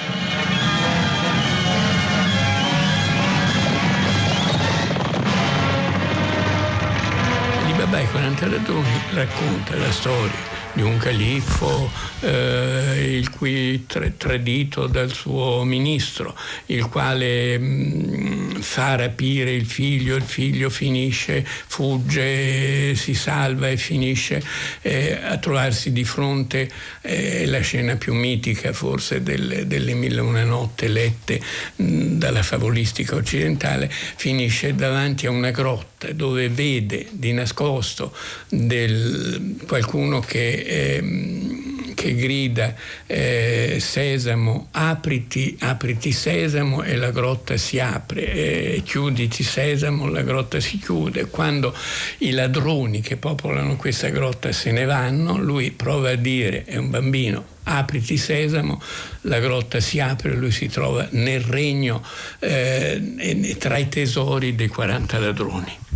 Alibaba e i quaranta ladroni racconta la storia di un califfo eh, il cui tra- tradito dal suo ministro, il quale mh, fa rapire il figlio, il figlio finisce, fugge, si salva e finisce eh, a trovarsi di fronte eh, la scena più mitica forse del, delle Mille e una notte lette mh, dalla favolistica occidentale, finisce davanti a una grotta dove vede di nascosto del, qualcuno che Ehm, che grida eh, Sesamo, apriti, apriti Sesamo, e la grotta si apre, eh, chiuditi Sesamo, la grotta si chiude. Quando i ladroni che popolano questa grotta se ne vanno, lui prova a dire, è un bambino, apriti Sesamo, la grotta si apre e lui si trova nel regno eh, tra i tesori dei quaranta ladroni. No?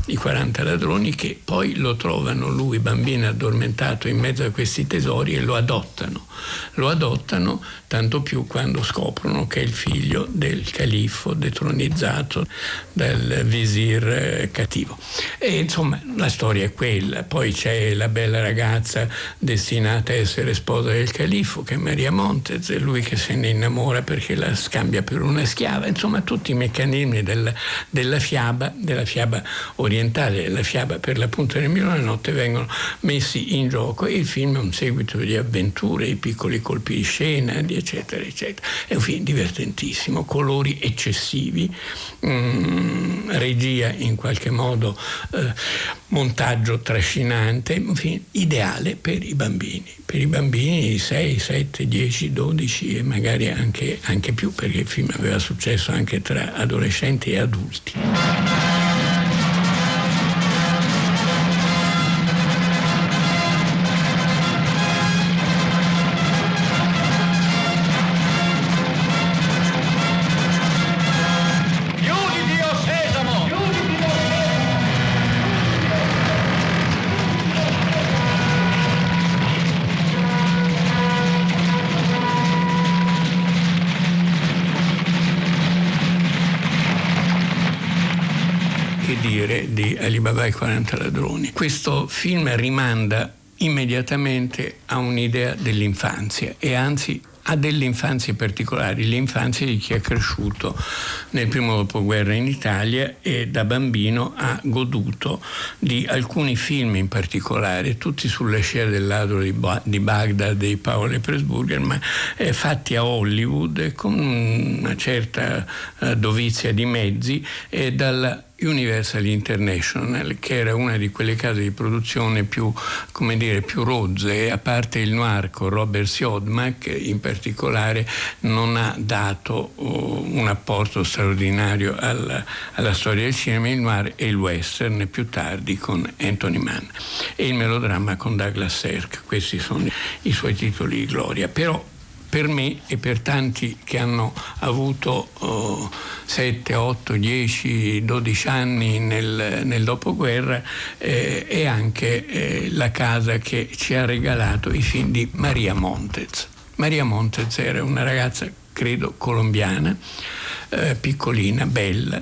i quaranta ladroni, che poi lo trovano, lui bambino addormentato in mezzo a questi tesori, e lo adottano. Lo adottano tanto più quando scoprono che è il figlio del califfo detronizzato dal visir cattivo. E insomma la storia è quella. Poi c'è la bella ragazza destinata a essere sposa del califfo, che è Maria Montez, e lui che se ne innamora perché la scambia per una schiava. Insomma, tutti i meccanismi del, della fiaba, della fiaba orientale, della fiaba per l'appunto del Mille e una notte, vengono messi in gioco, e il film è un seguito di avventure, i piccoli colpi di scena, di eccetera eccetera. È un film divertentissimo, colori eccessivi, mh, regia in qualche modo, eh, montaggio trascinante, un film ideale per i bambini, per i bambini di sei, sette, dieci, dodici e magari anche, anche più, perché il film aveva successo anche tra adolescenti e adulti. Di Alibaba e i quaranta ladroni. Questo film rimanda immediatamente a un'idea dell'infanzia, e anzi a delle infanzie particolari, le infanzie di chi è cresciuto nel primo dopoguerra in Italia e da bambino ha goduto di alcuni film in particolare, tutti sulla scia del ladro di, ba- di Baghdad di Paolo Pressburger, ma eh, fatti a Hollywood con una certa eh, dovizia di mezzi, e dalla Universal International, che era una di quelle case di produzione più, come dire, più rozze. A parte il noir con Robert Siodmak, in particolare non ha dato uh, un apporto straordinario alla, alla storia del cinema, il noir e il western più tardi con Anthony Mann, e il melodramma con Douglas Sirk. Questi sono i suoi titoli di gloria. Però per me e per tanti che hanno avuto oh, sette, otto, dieci, dodici anni nel, nel dopoguerra, eh, è anche eh, la casa che ci ha regalato i film di Maria Montez. Maria Montez era una ragazza, credo, colombiana, eh, piccolina, bella,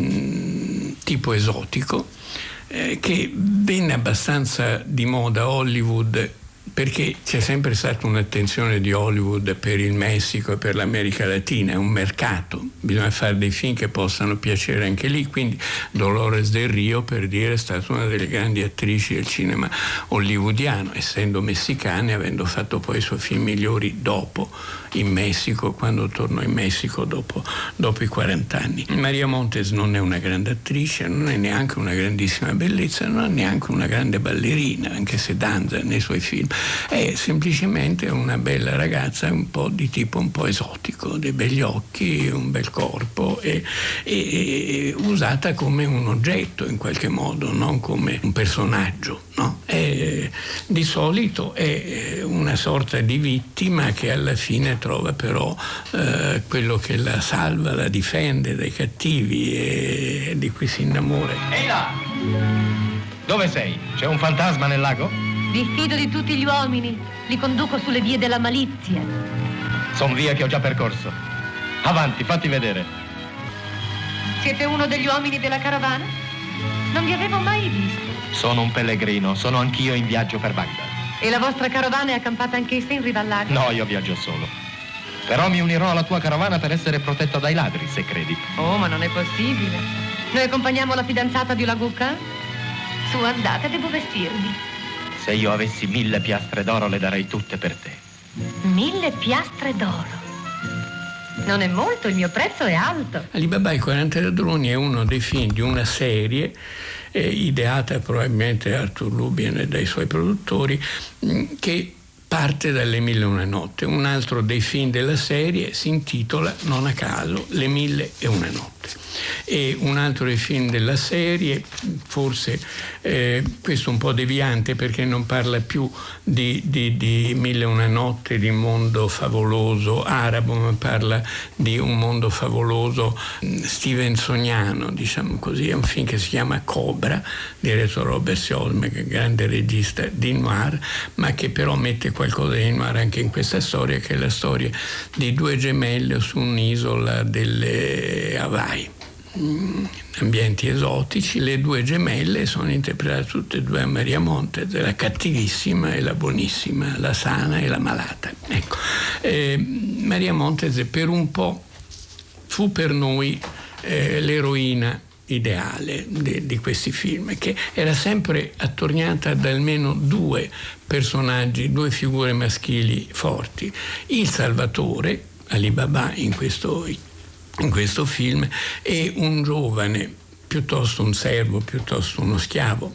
mh, tipo esotico, eh, che venne abbastanza di moda a Hollywood, perché c'è sempre stata un'attenzione di Hollywood per il Messico e per l'America Latina, è un mercato, bisogna fare dei film che possano piacere anche lì. Quindi Dolores del Rio, per dire, è stata una delle grandi attrici del cinema hollywoodiano, essendo messicana e avendo fatto poi i suoi film migliori dopo, in Messico, quando tornò in Messico dopo, dopo i quaranta anni. Maria Montez non è una grande attrice, non è neanche una grandissima bellezza, non è neanche una grande ballerina, anche se danza nei suoi film. È semplicemente una bella ragazza, un po' di tipo un po' esotico, dei begli occhi, un bel corpo, e, e, e usata come un oggetto in qualche modo, non come un personaggio, no? È, di solito è una sorta di vittima che alla fine trova però eh, quello che la salva, la difende dai cattivi, e di cui si innamora. Ehi là! Dove sei? C'è un fantasma nel lago? Diffido di tutti gli uomini, li conduco sulle vie della malizia. Sono vie che ho già percorso. Avanti, fatti vedere. Siete uno degli uomini della carovana? Non vi avevo mai visto. Sono un pellegrino, sono anch'io in viaggio per Baghdad. E la vostra carovana è accampata anch'essa in riva al lago? No, io viaggio solo. Però mi unirò alla tua carovana per essere protetto dai ladri, se credi. Oh, ma non è possibile. Noi accompagniamo la fidanzata di Laguca? Su, andate, devo vestirmi. Se io avessi mille piastre d'oro le darei tutte per te. Mille piastre d'oro? Non è molto, il mio prezzo è alto. Alibaba e i quaranta ladroni è uno dei film di una serie eh, ideata probabilmente da Arthur Lubien e dai suoi produttori, mh, che parte dalle Mille e una notte. Un altro dei film della serie si intitola, non a caso, Le Mille e una notte. notte. E un altro dei film della serie, forse eh, questo un po' deviante perché non parla più di, di, di Mille e una notte, di mondo favoloso arabo, ma parla di un mondo favoloso stevensoniano, diciamo così. È un film che si chiama Cobra, diretto da Robert Siodmak, grande regista di noir, ma che però mette qualcosa di noir anche in questa storia, che è la storia di due gemelle su un'isola delle Hawaii. Ambienti esotici. Le due gemelle sono interpretate tutte e due a Maria Montez, la cattivissima e la buonissima, la sana e la malata. Ecco, eh, Maria Montez per un po' fu per noi eh, l'eroina ideale di, di questi film, che era sempre attorniata da almeno due personaggi, due figure maschili forti. Il Salvatore, Ali Baba in questo in questo film, è un giovane, piuttosto un servo, piuttosto uno schiavo,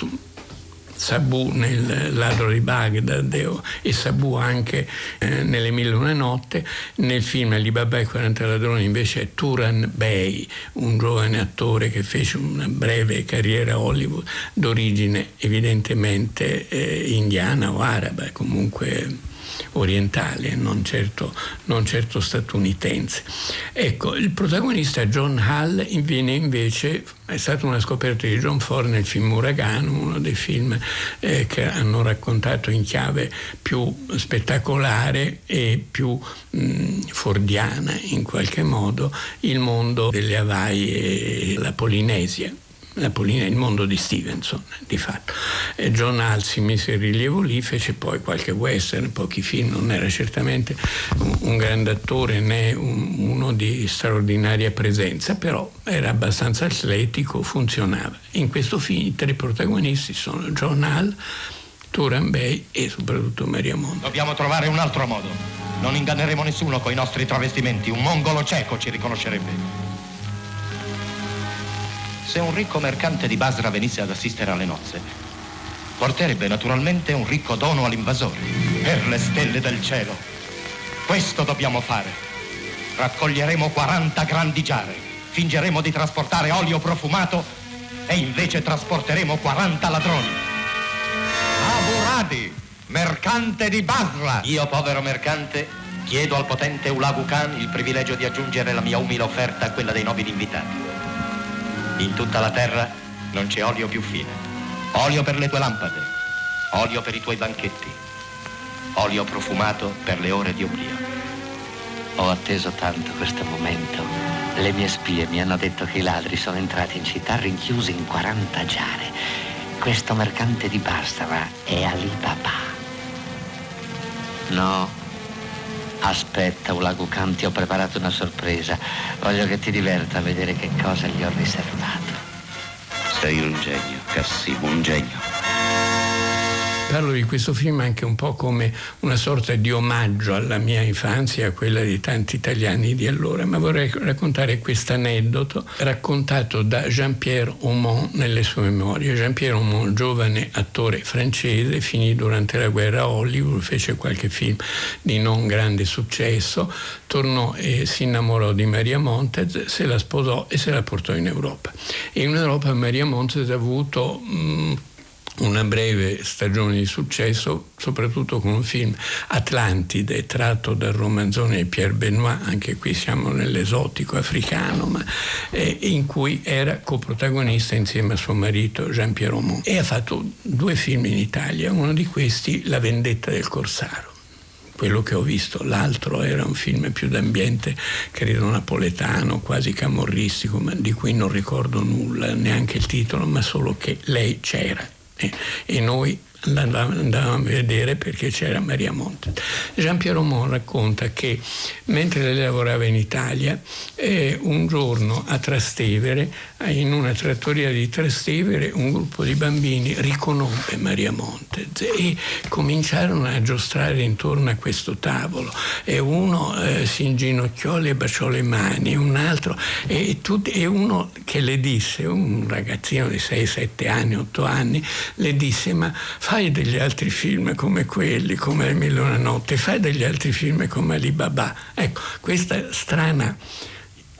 Sabu nel Ladro di Baghdad e Sabu anche eh, nelle Mille e una notte. Nel film Ali Baba e quaranta ladroni invece è Turan Bey, un giovane attore che fece una breve carriera a Hollywood, d'origine evidentemente eh, indiana o araba, comunque orientale, non certo, non certo statunitense. Ecco, il protagonista John Hall viene invece, è stata una scoperta di John Ford nel film Uragano, uno dei film eh, che hanno raccontato in chiave più spettacolare e più mh, fordiana in qualche modo il mondo delle Hawaii e la Polinesia. La Polinesia, il mondo di Stevenson, di fatto. E John Hall si mise in rilievo lì, fece poi qualche western, pochi film, non era certamente un, un grande attore né un, uno di straordinaria presenza, però era abbastanza atletico, funzionava. In questo film i tre protagonisti sono John Hall, Turan Bey e soprattutto Maria Montez. Dobbiamo trovare un altro modo. Non inganneremo nessuno con i nostri travestimenti. Un mongolo cieco ci riconoscerebbe. Se un ricco mercante di Basra venisse ad assistere alle nozze, porterebbe naturalmente un ricco dono all'invasore. Per le stelle del cielo, questo dobbiamo fare. Raccoglieremo quaranta grandi giare, fingeremo di trasportare olio profumato e invece trasporteremo quaranta ladroni. Abu Radi, mercante di Basra. Io, povero mercante, chiedo al potente Hulagu Khan il privilegio di aggiungere la mia umile offerta a quella dei nobili invitati. In tutta la terra non c'è olio più fine. Olio per le tue lampade, olio per i tuoi banchetti, olio profumato per le ore di oblio. Ho atteso tanto questo momento. Le mie spie mi hanno detto che i ladri sono entrati in città rinchiusi in quaranta giare. Questo mercante di Basra è Ali Baba. No, aspetta, Hulagu Khan, ti ho preparato una sorpresa. Voglio che ti diverta a vedere che cosa gli ho riservato. Sei un genio, Cassim, un genio. Parlo di questo film anche un po' come una sorta di omaggio alla mia infanzia e a quella di tanti italiani di allora, ma vorrei raccontare questo aneddoto raccontato da Jean-Pierre Aumont nelle sue memorie. Jean-Pierre Aumont, giovane attore francese, finì durante la guerra a Hollywood, fece qualche film di non grande successo, tornò e si innamorò di Maria Montez, se la sposò e se la portò in Europa. E in Europa Maria Montez ha avuto mh, una breve stagione di successo, soprattutto con un film, Atlantide, tratto dal romanzone di Pierre Benoit, anche qui siamo nell'esotico africano, ma eh, in cui era coprotagonista insieme a suo marito Jean-Pierre Aumont. E ha fatto due film in Italia, uno di questi La vendetta del corsaro, quello che ho visto. L'altro era un film più d'ambiente, credo napoletano, quasi camorristico, ma di cui non ricordo nulla, neanche il titolo, ma solo che lei c'era. E noi andavamo a vedere perché c'era Maria Montez. Jean-Pierre Aumont racconta che mentre lei lavorava in Italia, eh, un giorno a Trastevere, in una trattoria di Trastevere, un gruppo di bambini riconobbe Maria Montez e cominciarono a giostrare intorno a questo tavolo, e uno eh, si inginocchiò, le baciò le mani, un altro e, tutti, e uno che le disse, un ragazzino di sei sette anni, otto anni, le disse: ma fai degli altri film come quelli, come Le Mille e una notte, fai degli altri film come Ali Baba. Ecco, questa strana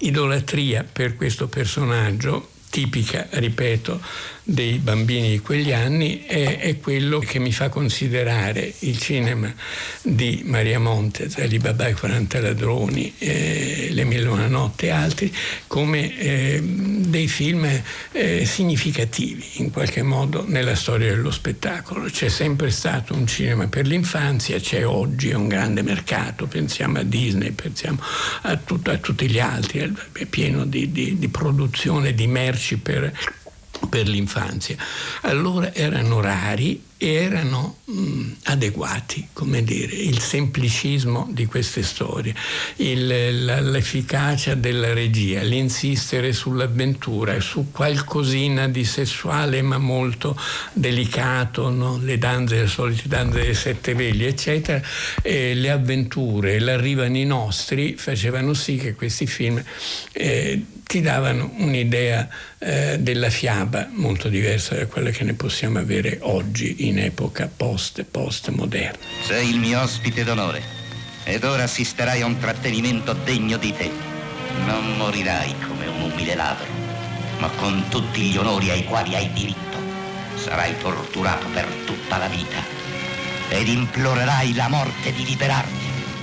idolatria per questo personaggio, tipica, ripeto, dei bambini di quegli anni, è, è quello che mi fa considerare il cinema di Maria Montez, Ali Baba e i quaranta ladroni, eh, Le mille e una notte e altri, come eh, dei film eh, significativi in qualche modo nella storia dello spettacolo. C'è sempre stato un cinema per l'infanzia, c'è oggi, è un grande mercato, pensiamo a Disney, pensiamo a, tutto, a tutti gli altri, è pieno di, di, di produzione di merci per per l'infanzia. Allora erano rari e erano mh, adeguati, come dire, il semplicismo di queste storie, il, la, l'efficacia della regia, l'insistere sull'avventura, su qualcosina di sessuale ma molto delicato, no? Le danze, le solite danze dei sette veli, eccetera, e le avventure, l'arrivo ai nostri facevano sì che questi film eh, ti davano un'idea eh, della fiaba molto diversa da quella che ne possiamo avere oggi in epoca post, post-moderna. Sei il mio ospite d'onore ed ora assisterai a un trattenimento degno di te. Non morirai come un umile ladro, ma con tutti gli onori ai quali hai diritto. Sarai torturato per tutta la vita ed implorerai la morte di liberarti.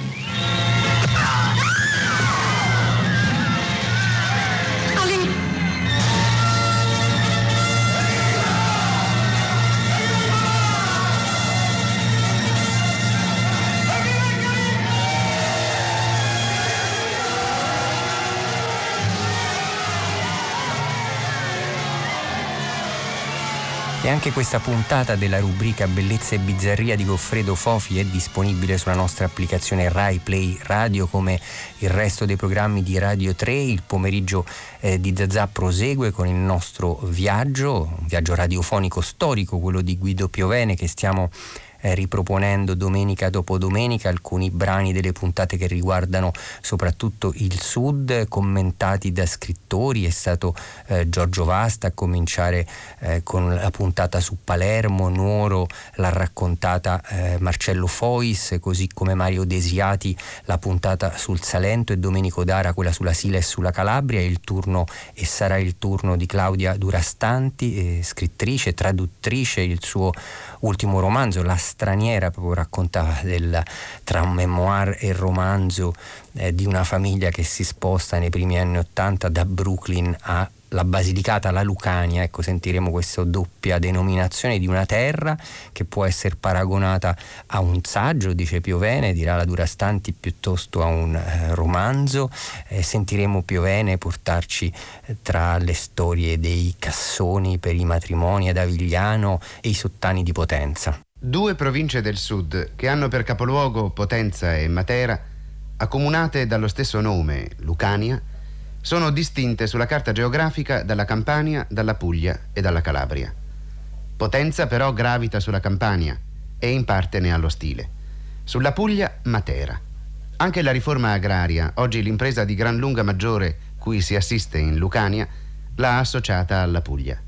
E anche questa puntata della rubrica Bellezza e Bizzarria di Goffredo Fofi è disponibile sulla nostra applicazione Rai Play Radio, come il resto dei programmi di Radio tre. Il pomeriggio eh, di Zazà prosegue con il nostro viaggio, un viaggio radiofonico storico, quello di Guido Piovene, che stiamo Eh, riproponendo domenica dopo domenica, alcuni brani delle puntate che riguardano soprattutto il sud, commentati da scrittori. È stato eh, Giorgio Vasta a cominciare eh, con la puntata su Palermo, Nuoro l'ha raccontata eh, Marcello Fois, così come Mario Desiati la puntata sul Salento, e Domenico Dara quella sulla Sila e sulla Calabria. Il turno e sarà il turno di Claudia Durastanti, eh, scrittrice, traduttrice. Il suo ultimo romanzo, La straniera, proprio raccontava del, tra un memoir e il romanzo eh, di una famiglia che si sposta nei primi anni Ottanta da Brooklyn a la Basilicata, la Lucania. Ecco, sentiremo questa doppia denominazione di una terra che può essere paragonata a un saggio, dice Piovene, dirà la Durastanti, piuttosto a un eh, romanzo. Eh, sentiremo Piovene portarci eh, tra le storie dei cassoni per i matrimoni ad Avigliano e i sottani di Potenza. Due province del sud che hanno per capoluogo Potenza e Matera, accomunate dallo stesso nome, Lucania, sono distinte sulla carta geografica dalla Campania, dalla Puglia e dalla Calabria. Potenza però gravita sulla Campania e in parte ne ha lo stile. Sulla Puglia, Matera. Anche la riforma agraria, oggi l'impresa di gran lunga maggiore cui si assiste in Lucania, l'ha associata alla Puglia.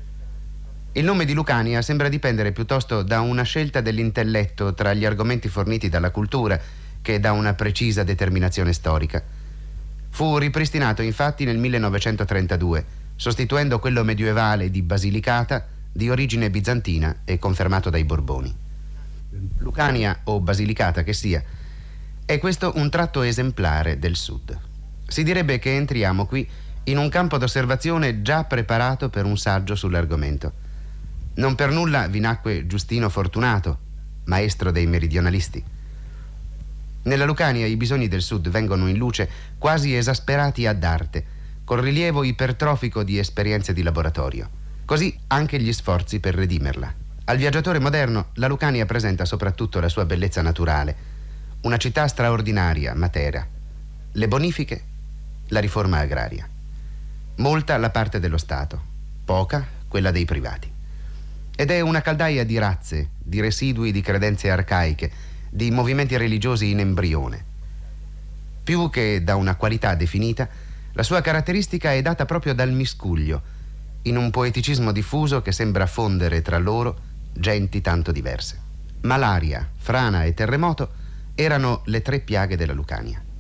Il nome di Lucania sembra dipendere piuttosto da una scelta dell'intelletto tra gli argomenti forniti dalla cultura che da una precisa determinazione storica. Fu ripristinato infatti nel millenovecentotrentadue, sostituendo quello medievale di Basilicata, di origine bizantina e confermato dai Borboni. Lucania o Basilicata che sia, è questo un tratto esemplare del sud. Si direbbe che entriamo qui in un campo d'osservazione già preparato per un saggio sull'argomento. Non per nulla vi nacque Giustino Fortunato, maestro dei meridionalisti. Nella Lucania i bisogni del sud vengono in luce quasi esasperati ad arte, col rilievo ipertrofico di esperienze di laboratorio. Così anche gli sforzi per redimerla. Al viaggiatore moderno la Lucania presenta soprattutto la sua bellezza naturale, una città straordinaria, Matera, le bonifiche, la riforma agraria. Molta la parte dello Stato, poca quella dei privati. Ed è una caldaia di razze, di residui di credenze arcaiche, di movimenti religiosi in embrione. Più che da una qualità definita, la sua caratteristica è data proprio dal miscuglio, in un poeticismo diffuso che sembra fondere tra loro genti tanto diverse. Malaria, frana e terremoto erano le tre piaghe della Lucania.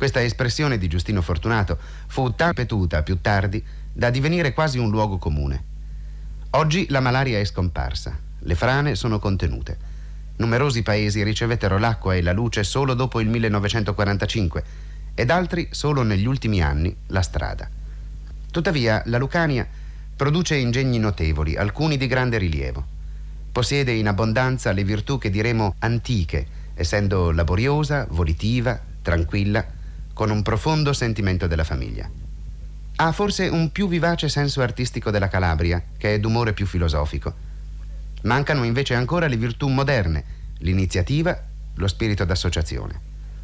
Questa espressione di Giustino Fortunato fu tan ripetuta più tardi da divenire quasi un luogo comune. Oggi la malaria è scomparsa, le frane sono contenute. Numerosi paesi ricevettero l'acqua e la luce solo dopo il millenovecentoquarantacinque ed altri solo negli ultimi anni la strada. Tuttavia la Lucania produce ingegni notevoli, alcuni di grande rilievo. Possiede in abbondanza le virtù che diremo antiche, essendo laboriosa, volitiva, tranquilla, con un profondo sentimento della famiglia. Ha forse un più vivace senso artistico della Calabria, che è d'umore più filosofico. Mancano invece ancora le virtù moderne, l'iniziativa, lo spirito d'associazione.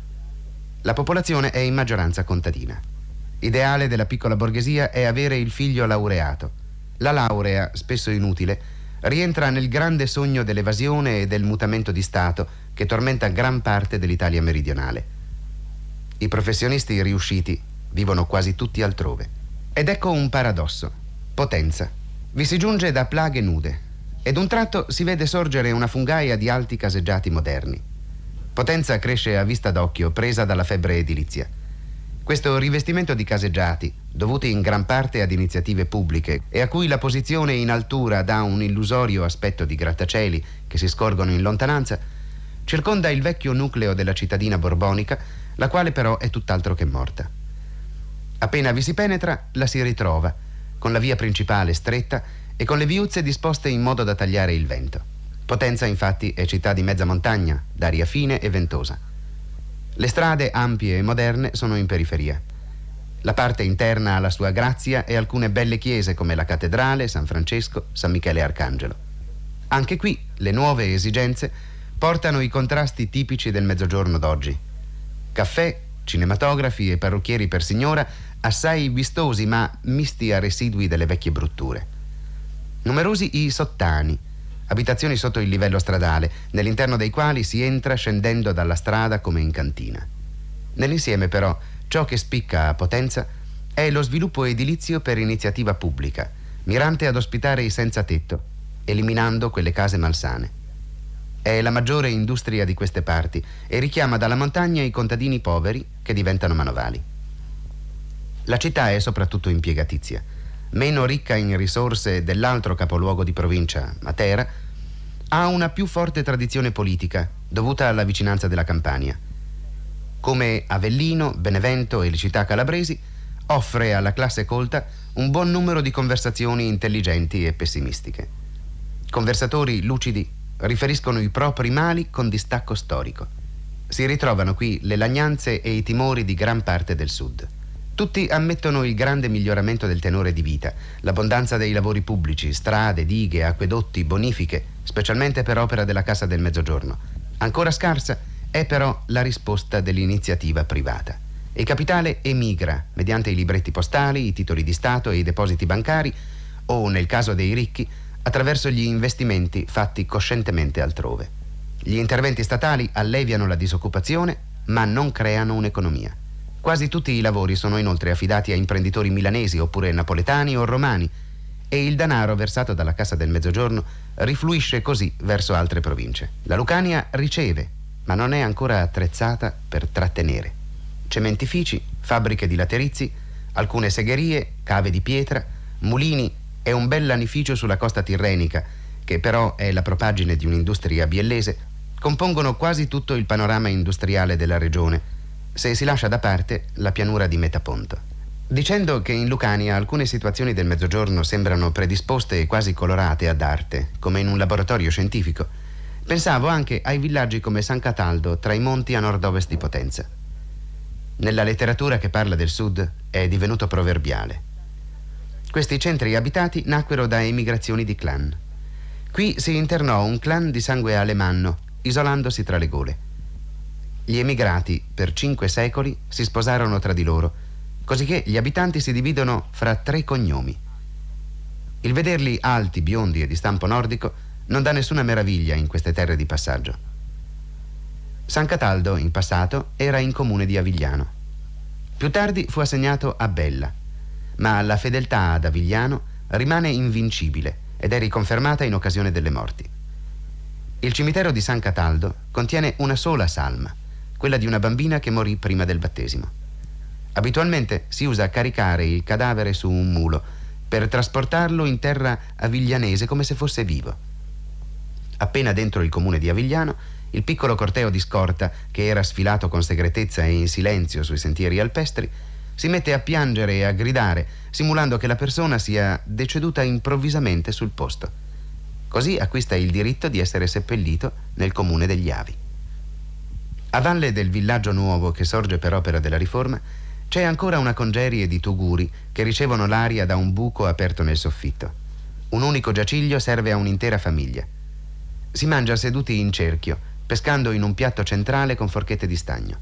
La popolazione è in maggioranza contadina. Ideale della piccola borghesia è avere il figlio laureato. La laurea, spesso inutile, rientra nel grande sogno dell'evasione e del mutamento di Stato che tormenta gran parte dell'Italia meridionale. I professionisti riusciti vivono quasi tutti altrove. Ed ecco un paradosso. Potenza. Vi si giunge da plaghe nude ed un tratto si vede sorgere una fungaia di alti caseggiati moderni. Potenza cresce a vista d'occhio, presa dalla febbre edilizia. Questo rivestimento di caseggiati, dovuti in gran parte ad iniziative pubbliche e a cui la posizione in altura dà un illusorio aspetto di grattacieli che si scorgono in lontananza, circonda il vecchio nucleo della cittadina borbonica, la quale però è tutt'altro che morta. Appena vi si penetra, la si ritrova, con la via principale stretta e con le viuzze disposte in modo da tagliare il vento. Potenza, infatti, è città di mezza montagna, d'aria fine e ventosa. Le strade ampie e moderne sono in periferia. La parte interna ha la sua grazia e alcune belle chiese come la Cattedrale, San Francesco, San Michele Arcangelo. Anche qui le nuove esigenze portano i contrasti tipici del mezzogiorno d'oggi. Caffè, cinematografi e parrucchieri per signora assai vistosi ma misti a residui delle vecchie brutture. Numerosi i sottani, abitazioni sotto il livello stradale, nell'interno dei quali si entra scendendo dalla strada come in cantina. Nell'insieme però ciò che spicca a Potenza è lo sviluppo edilizio per iniziativa pubblica, mirante ad ospitare i senza tetto, eliminando quelle case malsane. È la maggiore industria di queste parti e richiama dalla montagna i contadini poveri che diventano manovali. La città è soprattutto impiegatizia. Meno ricca in risorse dell'altro capoluogo di provincia, Matera, ha una più forte tradizione politica dovuta alla vicinanza della Campania. Come Avellino, Benevento e le città calabresi, offre alla classe colta un buon numero di conversazioni intelligenti e pessimistiche. Conversatori lucidi riferiscono i propri mali con distacco storico. Si ritrovano qui le lagnanze e i timori di gran parte del sud. Tutti ammettono il grande miglioramento del tenore di vita, l'abbondanza dei lavori pubblici, strade, dighe, acquedotti, bonifiche, specialmente per opera della Cassa del Mezzogiorno. Ancora scarsa è però la risposta dell'iniziativa privata. Il capitale emigra mediante i libretti postali, i titoli di Stato e i depositi bancari o, nel caso dei ricchi, attraverso gli investimenti fatti coscientemente altrove. Gli interventi statali alleviano la disoccupazione, ma non creano un'economia. Quasi tutti i lavori sono inoltre affidati a imprenditori milanesi oppure napoletani o romani e il denaro versato dalla Cassa del Mezzogiorno rifluisce così verso altre province. La Lucania riceve, ma non è ancora attrezzata per trattenere. Cementifici, fabbriche di laterizi, alcune segherie, cave di pietra, mulini e un bel lanificio sulla costa tirrenica, che però è la propaggine di un'industria biellese, compongono quasi tutto il panorama industriale della regione, se si lascia da parte la pianura di Metaponto. Dicendo che in Lucania alcune situazioni del Mezzogiorno sembrano predisposte e quasi colorate ad arte, come in un laboratorio scientifico, pensavo anche ai villaggi come San Cataldo, tra i monti a nord-ovest di Potenza. Nella letteratura che parla del sud è divenuto proverbiale. Questi centri abitati nacquero da emigrazioni di clan. Qui si internò un clan di sangue alemanno, isolandosi tra le gole. Gli emigrati, per cinque secoli, si sposarono tra di loro, cosicché gli abitanti si dividono fra tre cognomi. Il vederli alti, biondi e di stampo nordico non dà nessuna meraviglia in queste terre di passaggio. San Cataldo, in passato, era in comune di Avigliano. Più tardi fu assegnato a Bella, ma la fedeltà ad Avigliano rimane invincibile ed è riconfermata in occasione delle morti. Il cimitero di San Cataldo contiene una sola salma, quella di una bambina che morì prima del battesimo. Abitualmente si usa caricare il cadavere su un mulo per trasportarlo in terra aviglianese come se fosse vivo. Appena dentro il comune di Avigliano, il piccolo corteo di scorta, che era sfilato con segretezza e in silenzio sui sentieri alpestri, si mette a piangere e a gridare, simulando che la persona sia deceduta improvvisamente sul posto. Così acquista il diritto di essere seppellito nel comune degli Avi. A valle del villaggio nuovo che sorge per opera della riforma c'è ancora una congerie di tuguri che ricevono l'aria da un buco aperto nel soffitto. Un unico giaciglio serve a un'intera famiglia. Si mangia seduti in cerchio, pescando in un piatto centrale con forchette di stagno.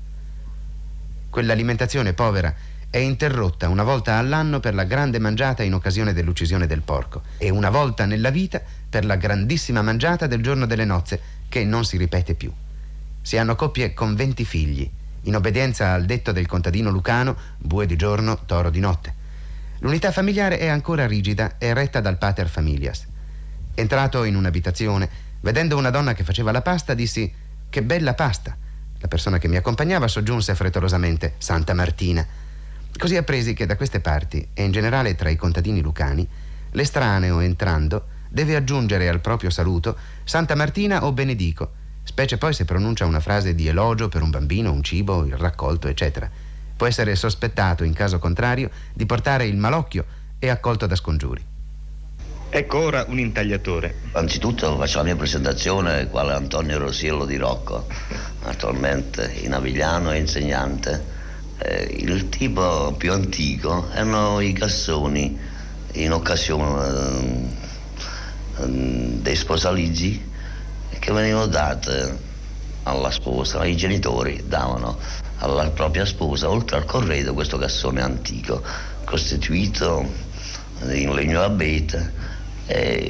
Quell'alimentazione povera è interrotta una volta all'anno per la grande mangiata in occasione dell'uccisione del porco e una volta nella vita per la grandissima mangiata del giorno delle nozze, che non si ripete più. Si hanno coppie con venti figli, in obbedienza al detto del contadino lucano, bue di giorno, toro di notte. L'unità familiare è ancora rigida e retta dal pater familias. Entrato in un'abitazione, vedendo una donna che faceva la pasta, dissi: «Che bella pasta!» La persona che mi accompagnava soggiunse frettolosamente: «Santa Martina!» Così appresi che da queste parti, e in generale tra i contadini lucani, l'estraneo entrando deve aggiungere al proprio saluto Santa Martina o Benedico, specie poi se pronuncia una frase di elogio per un bambino, un cibo, il raccolto, eccetera. Può essere sospettato, in caso contrario, di portare il malocchio e accolto da scongiuri. Ecco ora un intagliatore. Anzitutto faccio la mia presentazione, quale Antonio Rosiello di Rocco, attualmente in Avigliano e insegnante. Eh, il tipo più antico erano i cassoni in occasione eh, dei sposalizzi che venivano date alla sposa. I genitori davano alla propria sposa, oltre al corredo, questo cassone antico costituito in legno abete, e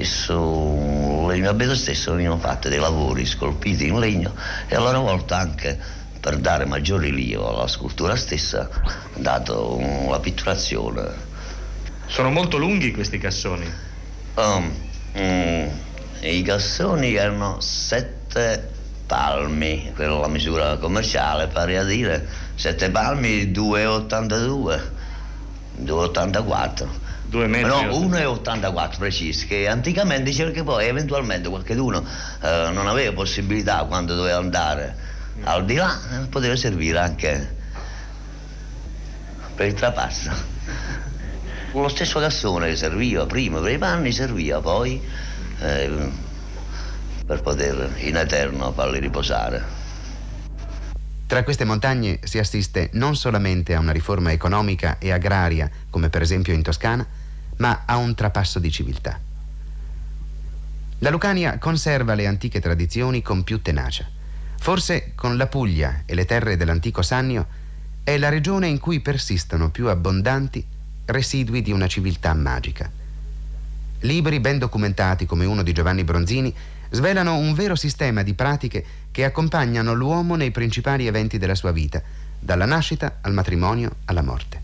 sul legno abete stesso venivano fatti dei lavori scolpiti in legno e a loro volta, anche per dare maggior rilievo alla scultura stessa, dato la pitturazione. Sono molto lunghi questi cassoni? Um, mm, I cassoni erano sette palmi, quella è la misura commerciale, pari a dire sette palmi, due virgola ottantadue, due virgola ottantaquattro. Due metri? No, uno virgola ottantaquattro precisi, che anticamente c'era, che poi eventualmente qualcuno eh, non aveva possibilità, quando doveva andare al di là, eh, poteva servire anche per il trapasso. Lo stesso cassone che serviva prima per i panni serviva poi eh, per poter in eterno farli riposare. Tra queste montagne si assiste non solamente a una riforma economica e agraria, come per esempio in Toscana, ma a un trapasso di civiltà. La Lucania conserva le antiche tradizioni con più tenacia. Forse con la Puglia e le terre dell'antico Sannio è la regione in cui persistono più abbondanti residui di una civiltà magica. Libri ben documentati come uno di Giovanni Bronzini svelano un vero sistema di pratiche che accompagnano l'uomo nei principali eventi della sua vita, dalla nascita al matrimonio alla morte.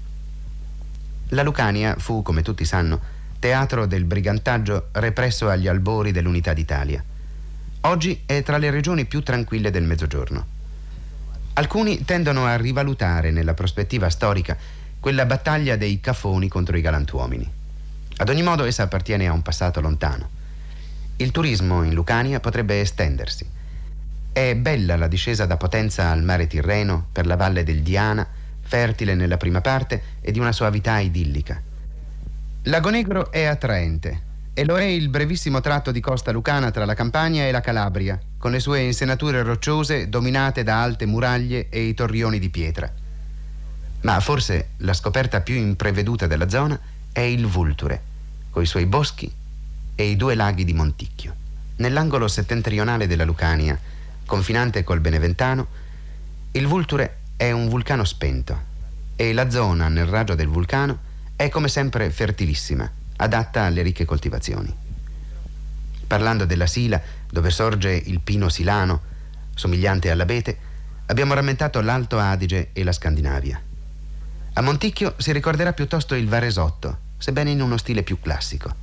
La Lucania fu, come tutti sanno, teatro del brigantaggio represso agli albori dell'Unità d'Italia. Oggi è tra le regioni più tranquille del Mezzogiorno. Alcuni tendono a rivalutare nella prospettiva storica quella battaglia dei cafoni contro i galantuomini. Ad ogni modo essa appartiene a un passato lontano. Il turismo in Lucania potrebbe estendersi. È bella la discesa da Potenza al mare Tirreno per la valle del Diana, fertile nella prima parte e di una soavità idillica. Lago Negro è attraente, e lo è il brevissimo tratto di costa lucana tra la Campania e la Calabria, con le sue insenature rocciose dominate da alte muraglie e i torrioni di pietra. Ma forse la scoperta più impreveduta della zona è il Vulture, coi suoi boschi e i due laghi di Monticchio. Nell'angolo settentrionale della Lucania, confinante col Beneventano, il Vulture è un vulcano spento e la zona nel raggio del vulcano è come sempre fertilissima, adatta alle ricche coltivazioni. Parlando della Sila, dove sorge il pino silano, somigliante all'abete, abbiamo rammentato l'Alto Adige e la Scandinavia. A Monticchio si ricorderà piuttosto il Varesotto, sebbene in uno stile più classico.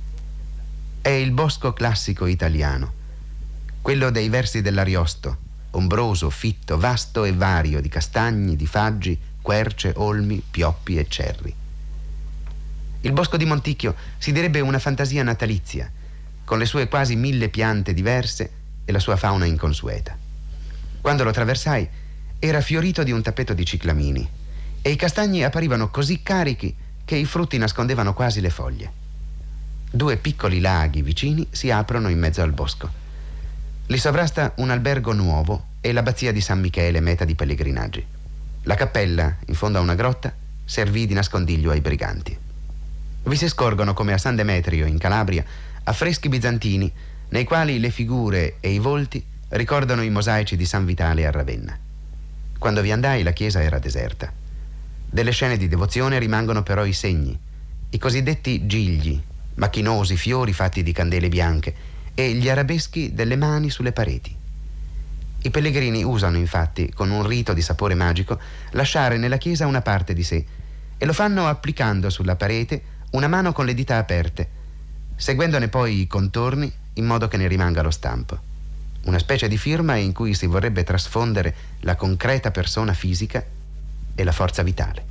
È il bosco classico italiano, quello dei versi dell'Ariosto, ombroso, fitto, vasto e vario di castagni, di faggi, querce, olmi, pioppi e cerri. Il bosco di Monticchio si direbbe una fantasia natalizia, con le sue quasi mille piante diverse e la sua fauna inconsueta. Quando lo attraversai era fiorito di un tappeto di ciclamini e i castagni apparivano così carichi che i frutti nascondevano quasi le foglie. Due piccoli laghi vicini si aprono in mezzo al bosco. Li sovrasta un albergo nuovo e l'abbazia di San Michele, meta di pellegrinaggi. La cappella, in fondo a una grotta, servì di nascondiglio ai briganti. Vi si scorgono, come a San Demetrio in Calabria, affreschi bizantini nei quali le figure e i volti ricordano i mosaici di San Vitale a Ravenna. Quando vi andai la chiesa era deserta. Delle scene di devozione rimangono però i segni, i cosiddetti gigli, macchinosi fiori fatti di candele bianche, e gli arabeschi delle mani sulle pareti. I pellegrini usano infatti, con un rito di sapore magico, lasciare nella chiesa una parte di sé e lo fanno applicando sulla parete una mano con le dita aperte, seguendone poi i contorni in modo che ne rimanga lo stampo. Una specie di firma in cui si vorrebbe trasfondere la concreta persona fisica e la forza vitale.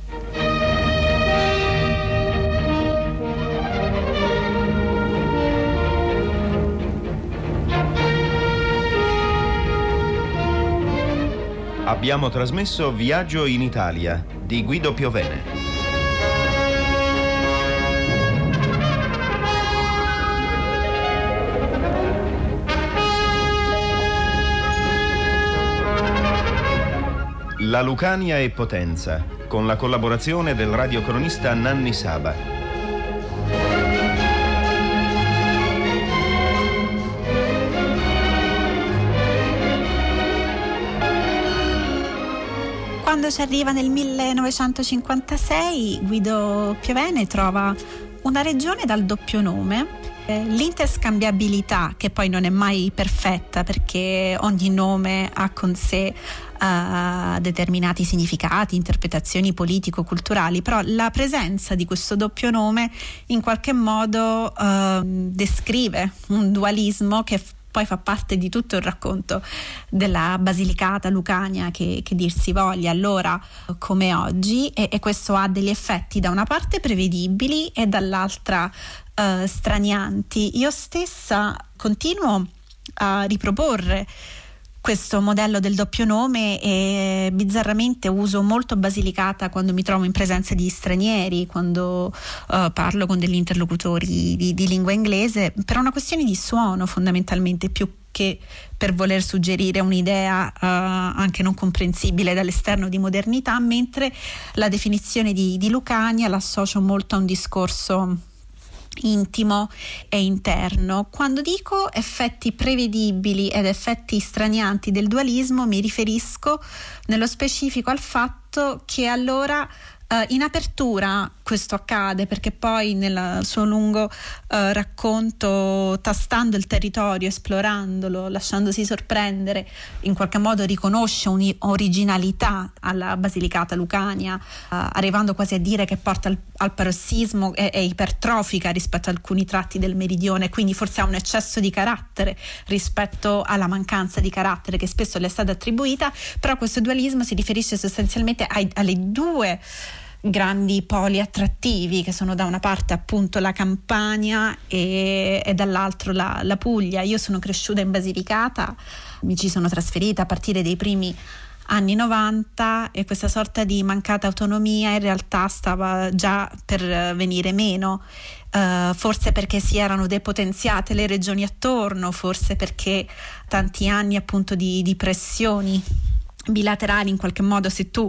Abbiamo trasmesso Viaggio in Italia di Guido Piovene. La Lucania e Potenza, con la collaborazione del radiocronista Nanni Saba. Quando ci arriva nel millenovecentocinquantasei, Guido Piovene trova una regione dal doppio nome. L'interscambiabilità, che poi non è mai perfetta perché ogni nome ha con sé uh, determinati significati, interpretazioni politico-culturali, però la presenza di questo doppio nome in qualche modo uh, descrive un dualismo che poi fa parte di tutto il racconto della Basilicata lucania, che, che dir si voglia, allora come oggi, e, e questo ha degli effetti da una parte prevedibili e dall'altra uh, stranianti. Io stessa continuo a riproporre questo modello del doppio nome e bizzarramente uso molto Basilicata quando mi trovo in presenza di stranieri, quando uh, parlo con degli interlocutori di, di lingua inglese, per una questione di suono fondamentalmente, più che per voler suggerire un'idea uh, anche non comprensibile dall'esterno di modernità, mentre la definizione di, di Lucania l'associo molto a un discorso intimo e interno. Quando dico effetti prevedibili ed effetti stranianti del dualismo, mi riferisco nello specifico al fatto che allora Uh, in apertura questo accade, perché poi nel suo lungo uh, racconto, tastando il territorio, esplorandolo, lasciandosi sorprendere, in qualche modo riconosce un'originalità alla Basilicata lucania, uh, arrivando quasi a dire che porta al, al parossismo, è, è ipertrofica rispetto a alcuni tratti del meridione, quindi forse ha un eccesso di carattere rispetto alla mancanza di carattere che spesso le è stata attribuita. Però questo dualismo si riferisce sostanzialmente ai, alle due grandi poli attrattivi, che sono da una parte appunto la Campania e, e dall'altro la, la Puglia. Io sono cresciuta in Basilicata, mi ci sono trasferita a partire dai primi anni novanta e questa sorta di mancata autonomia in realtà stava già per venire meno, uh, forse perché si erano depotenziate le regioni attorno, forse perché tanti anni appunto di, di pressioni bilaterali, in qualche modo se tu uh,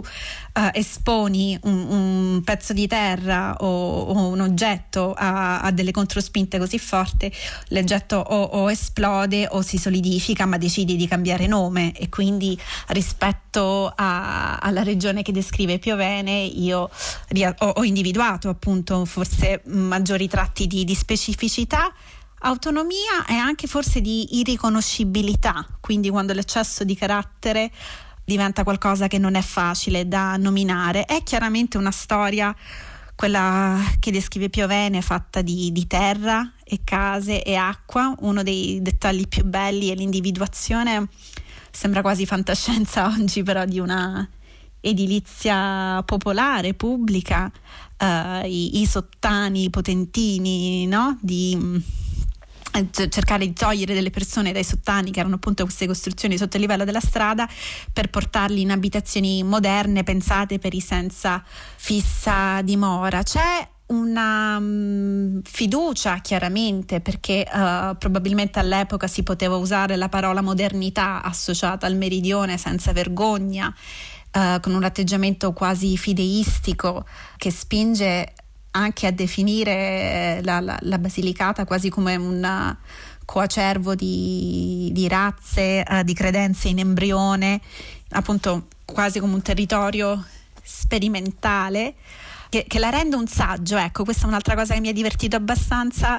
esponi un, un pezzo di terra o, o un oggetto a, a delle controspinte così forti, l'oggetto o, o esplode o si solidifica, ma decidi di cambiare nome. E quindi rispetto a, alla regione che descrive Piovene io ria- ho, ho individuato appunto forse maggiori tratti di, di specificità, autonomia e anche forse di irriconoscibilità, quindi quando l'eccesso di carattere diventa qualcosa che non è facile da nominare. È chiaramente una storia, quella che descrive Piovene, fatta di, di terra e case e acqua. Uno dei dettagli più belli è l'individuazione, sembra quasi fantascienza oggi, però di una edilizia popolare, pubblica, uh, i, i sottani potentini, no? Di cercare di togliere delle persone dai sottani, che erano appunto queste costruzioni sotto il livello della strada, per portarli in abitazioni moderne pensate per i senza fissa dimora. C'è una um, fiducia, chiaramente, perché uh, probabilmente all'epoca si poteva usare la parola modernità associata al meridione senza vergogna, uh, con un atteggiamento quasi fideistico che spinge anche a definire la, la, la Basilicata quasi come un coacervo di, di razze, uh, di credenze in embrione, appunto quasi come un territorio sperimentale che, che la rende un saggio. Ecco, questa è un'altra cosa che mi ha divertito abbastanza.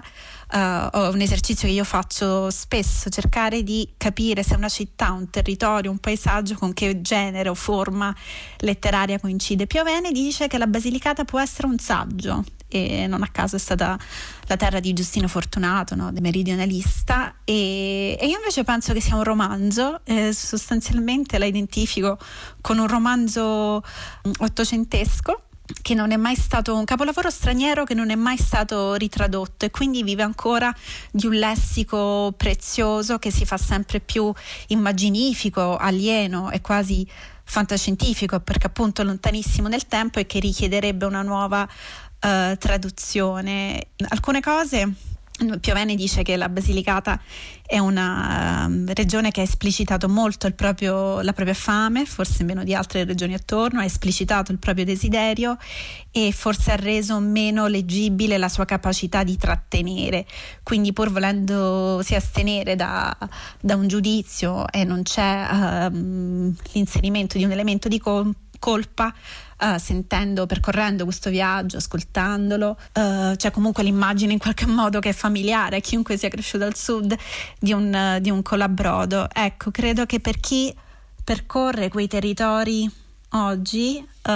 Uh, un esercizio che io faccio spesso, cercare di capire se una città, un territorio, un paesaggio con che genere o forma letteraria coincide. Piovene dice che la Basilicata può essere un saggio, e non a caso è stata la terra di Giustino Fortunato, no? Del meridionalista, e, e io invece penso che sia un romanzo. Eh, sostanzialmente la identifico con un romanzo ottocentesco che non è mai stato un capolavoro straniero, che non è mai stato ritradotto, e quindi vive ancora di un lessico prezioso che si fa sempre più immaginifico, alieno e quasi fantascientifico, perché appunto lontanissimo nel tempo e che richiederebbe una nuova uh, traduzione. Alcune cose, Piovene dice che la Basilicata è una um, regione che ha esplicitato molto il proprio, la propria fame, forse meno di altre regioni attorno, ha esplicitato il proprio desiderio e forse ha reso meno leggibile la sua capacità di trattenere. Quindi, pur volendosi astenere da, da un giudizio, e non c'è um, l'inserimento di un elemento di col- colpa, Uh, sentendo, percorrendo questo viaggio, ascoltandolo, uh, c'è comunque l'immagine in qualche modo che è familiare a chiunque sia cresciuto al sud di un, uh, di un colabrodo. Ecco, credo che per chi percorre quei territori oggi, uh,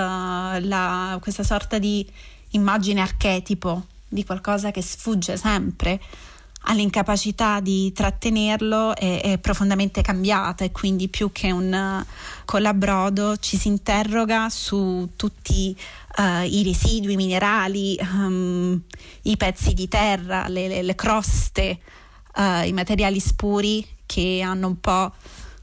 la, questa sorta di immagine archetipo di qualcosa che sfugge sempre all'incapacità di trattenerlo è, è profondamente cambiata, e quindi più che un uh, colabrodo ci si interroga su tutti uh, i residui minerali, um, i pezzi di terra, le, le, le croste, uh, i materiali spuri che hanno un po'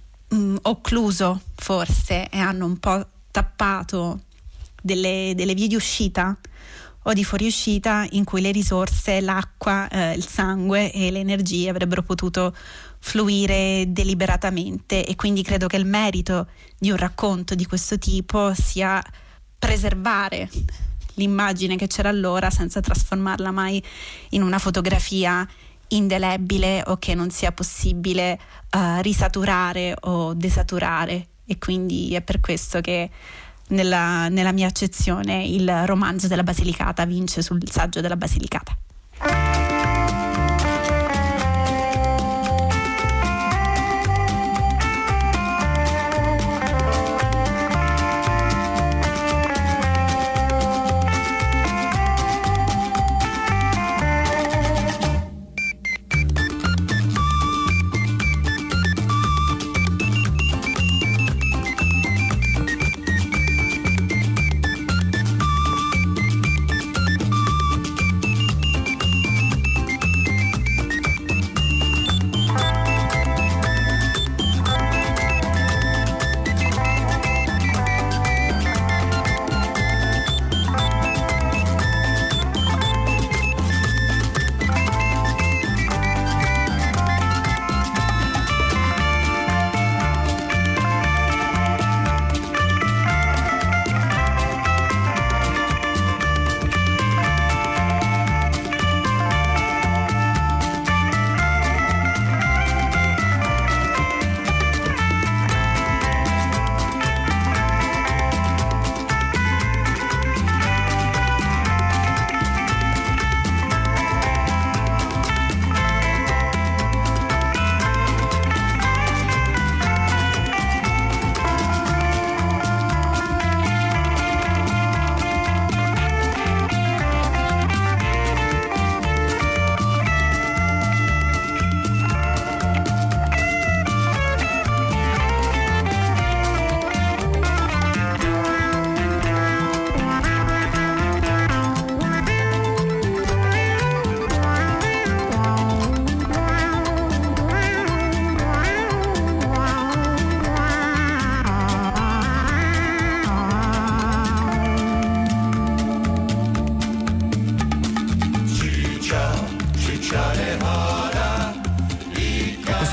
um, occluso forse e hanno un po' tappato delle, delle vie di uscita o di fuoriuscita in cui le risorse, l'acqua, eh, il sangue e le energie avrebbero potuto fluire deliberatamente. E quindi credo che il merito di un racconto di questo tipo sia preservare l'immagine che c'era allora senza trasformarla mai in una fotografia indelebile, o che non sia possibile uh, risaturare o desaturare. E quindi è per questo che Nella, nella mia accezione il romanzo della Basilicata vince sul saggio della Basilicata.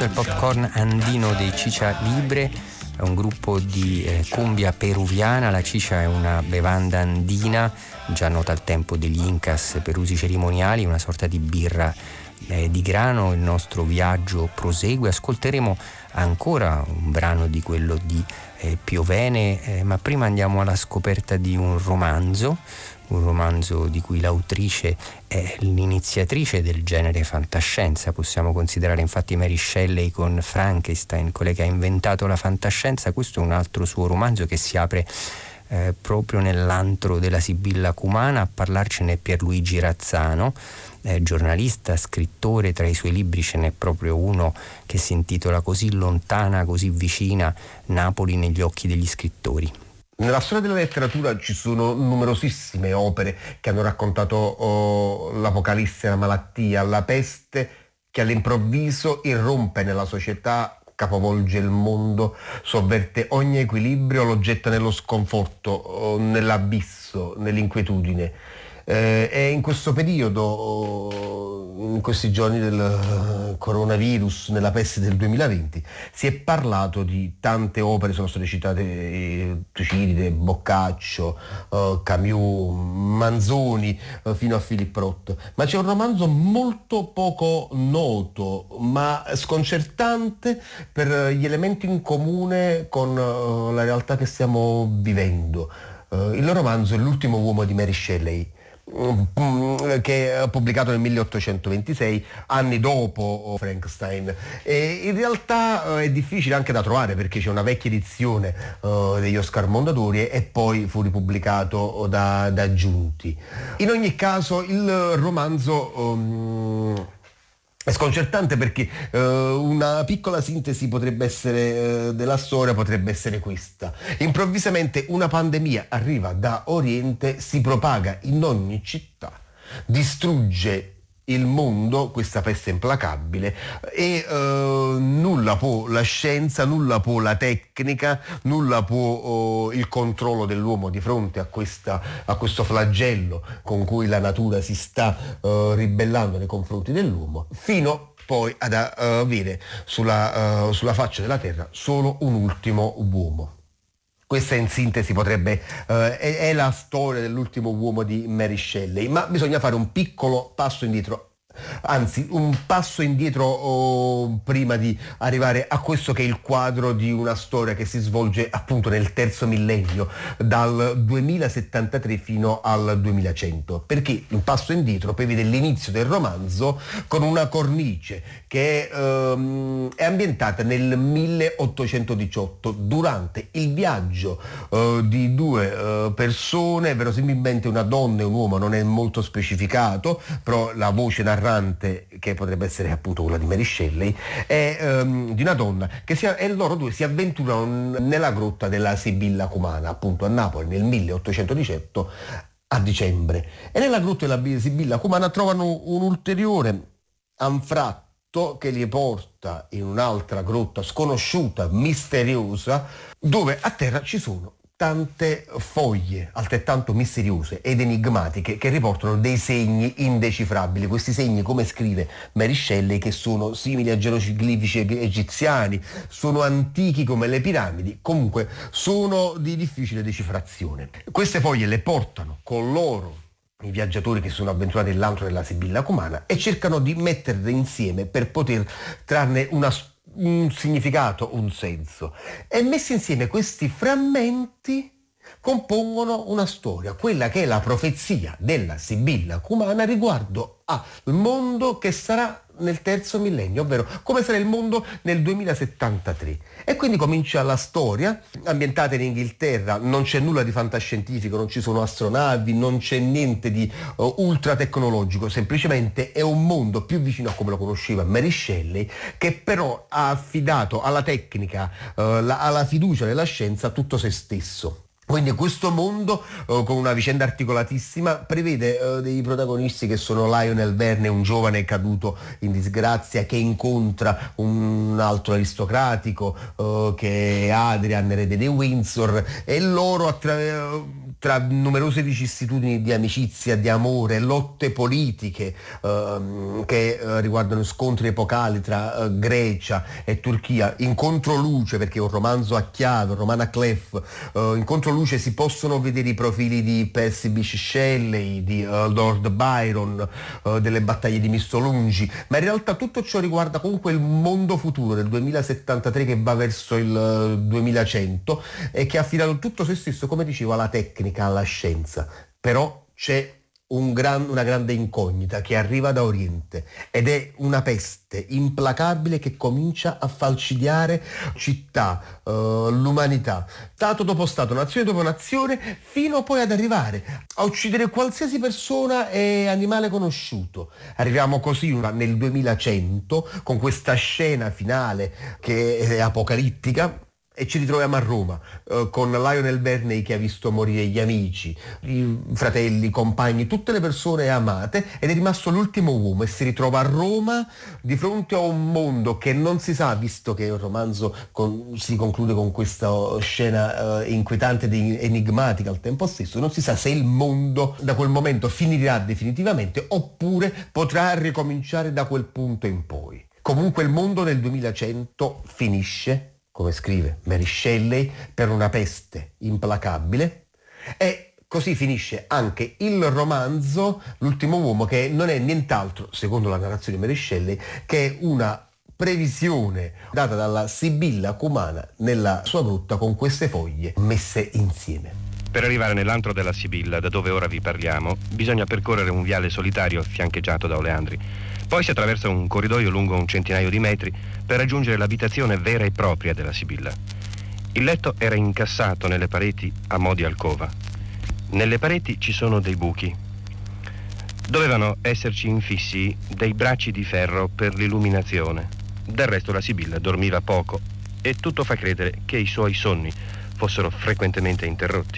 Questo è il popcorn andino dei Chicha Libre, è un gruppo di eh, cumbia peruviana. La chicha è una bevanda andina già nota al tempo degli Incas per usi cerimoniali, una sorta di birra eh, di grano. Il nostro viaggio prosegue, ascolteremo ancora un brano di quello di eh, Piovene, eh, ma prima andiamo alla scoperta di un romanzo, un romanzo di cui l'autrice è l'iniziatrice del genere fantascienza. Possiamo considerare infatti Mary Shelley con Frankenstein, quella che ha inventato la fantascienza. Questo è un altro suo romanzo che si apre eh, proprio nell'antro della Sibilla Cumana. A parlarcene è Pierluigi Razzano, eh, giornalista, scrittore. Tra i suoi libri ce n'è proprio uno che si intitola Così lontana, così vicina, Napoli negli occhi degli scrittori. Nella storia della letteratura ci sono numerosissime opere che hanno raccontato oh, l'apocalisse, la malattia, la peste che all'improvviso irrompe nella società, capovolge il mondo, sovverte ogni equilibrio, lo getta nello sconforto, oh, nell'abisso, nell'inquietudine. Eh, e in questo periodo, oh, in questi giorni del coronavirus, nella peste del duemilaventi, si è parlato di tante opere, sono state citate eh, Tucidide, Boccaccio, eh, Camus, Manzoni, eh, fino a Philip Roth. Ma c'è un romanzo molto poco noto, ma sconcertante per gli elementi in comune con eh, la realtà che stiamo vivendo. Eh, il romanzo è L'ultimo uomo di Mary Shelley, che è pubblicato nel milleottocentoventisei, anni dopo Frankenstein, e in realtà è difficile anche da trovare perché c'è una vecchia edizione uh, degli Oscar Mondadori e poi fu ripubblicato da, da Giunti. In ogni caso il romanzo um, è sconcertante perché uh, una piccola sintesi potrebbe essere uh, della storia potrebbe essere questa. Improvvisamente una pandemia arriva da Oriente, si propaga in ogni città, distrugge il mondo, questa peste implacabile, e uh, nulla può la scienza, nulla può la tecnica, nulla può uh, il controllo dell'uomo di fronte a, questa, a questo flagello con cui la natura si sta uh, ribellando nei confronti dell'uomo, fino poi ad uh, avere sulla, uh, sulla faccia della terra solo un ultimo uomo. Questa in sintesi potrebbe, eh, è, è la storia dell'ultimo uomo di Mary Shelley, ma bisogna fare un piccolo passo indietro, anzi un passo indietro oh, prima di arrivare a questo che è il quadro di una storia che si svolge appunto nel terzo millennio, dal duemilasettantatré fino al duemilacento, perché un passo indietro prevede l'inizio del romanzo con una cornice che ehm, è ambientata nel milleottocentodiciotto durante il viaggio eh, di due eh, persone, verosimilmente una donna e un uomo, non è molto specificato, però la voce narrativa, che potrebbe essere appunto quella di Mary Shelley, è um, di una donna che si, e loro due si avventurano nella grotta della Sibilla Cumana, appunto a Napoli nel milleottocentodiciotto a dicembre, e nella grotta della Sibilla Cumana trovano un ulteriore anfratto che li porta in un'altra grotta sconosciuta, misteriosa, dove a terra ci sono tante foglie altrettanto misteriose ed enigmatiche che riportano dei segni indecifrabili. Questi segni, come scrive Mary Shelley, che sono simili a geroglifici egiziani, sono antichi come le piramidi, comunque sono di difficile decifrazione. Queste foglie le portano con loro i viaggiatori che sono avventurati nell'antro della Sibilla Cumana e cercano di metterle insieme per poter trarne una storia, un significato, un senso. E messi insieme questi frammenti compongono una storia, quella che è la profezia della Sibilla Cumana riguardo al mondo che sarà nel terzo millennio, ovvero come sarà il mondo nel duemilasettantatré. E quindi comincia la storia, ambientata in Inghilterra, non c'è nulla di fantascientifico, non ci sono astronavi, non c'è niente di uh, ultra tecnologico, semplicemente è un mondo più vicino a come lo conosceva Mary Shelley, che però ha affidato alla tecnica, uh, la, alla fiducia nella scienza tutto se stesso. Quindi questo mondo, eh, con una vicenda articolatissima, prevede eh, dei protagonisti che sono Lionel Verne, un giovane caduto in disgrazia che incontra un altro aristocratico eh, che è Adrian, erede dei Windsor, e loro attra- tra numerose vicissitudini di amicizia, di amore, lotte politiche ehm, che eh, riguardano scontri epocali tra eh, Grecia e Turchia, in controluce, perché è un romanzo a chiave, un romano a clef, eh, in controluce si possono vedere i profili di Percy Bysshe Shelley, di uh, Lord Byron, uh, delle battaglie di Missolungi, ma in realtà tutto ciò riguarda comunque il mondo futuro del duemilasettantatré che va verso il uh, duemilacento e che ha affidato tutto se stesso, come dicevo, alla tecnica, alla scienza. Però c'è un gran, una grande incognita che arriva da Oriente ed è una peste implacabile che comincia a falcidiare città, uh, l'umanità, stato dopo stato, nazione dopo nazione, fino poi ad arrivare a uccidere qualsiasi persona e animale conosciuto. Arriviamo così nel duemilacento con questa scena finale che è apocalittica. E ci ritroviamo a Roma eh, con Lionel Verney che ha visto morire gli amici, i fratelli, i compagni, tutte le persone amate, ed è rimasto l'ultimo uomo e si ritrova a Roma di fronte a un mondo che non si sa, visto che il romanzo con, si conclude con questa scena eh, inquietante ed enigmatica al tempo stesso, non si sa se il mondo da quel momento finirà definitivamente oppure potrà ricominciare da quel punto in poi. Comunque il mondo nel duemilacento finisce, come scrive Mary Shelley, per una peste implacabile, e così finisce anche il romanzo L'ultimo uomo, che non è nient'altro, secondo la narrazione di Mary Shelley, che una previsione data dalla Sibilla cumana nella sua grotta con queste foglie messe insieme. Per arrivare nell'antro della Sibilla, da dove ora vi parliamo, bisogna percorrere un viale solitario fiancheggiato da oleandri. Poi si attraversa un corridoio lungo un centinaio di metri per raggiungere l'abitazione vera e propria della Sibilla. Il letto era incassato nelle pareti a mo' di alcova. Nelle pareti ci sono dei buchi. Dovevano esserci infissi dei bracci di ferro per l'illuminazione. Del resto la Sibilla dormiva poco e tutto fa credere che i suoi sonni fossero frequentemente interrotti.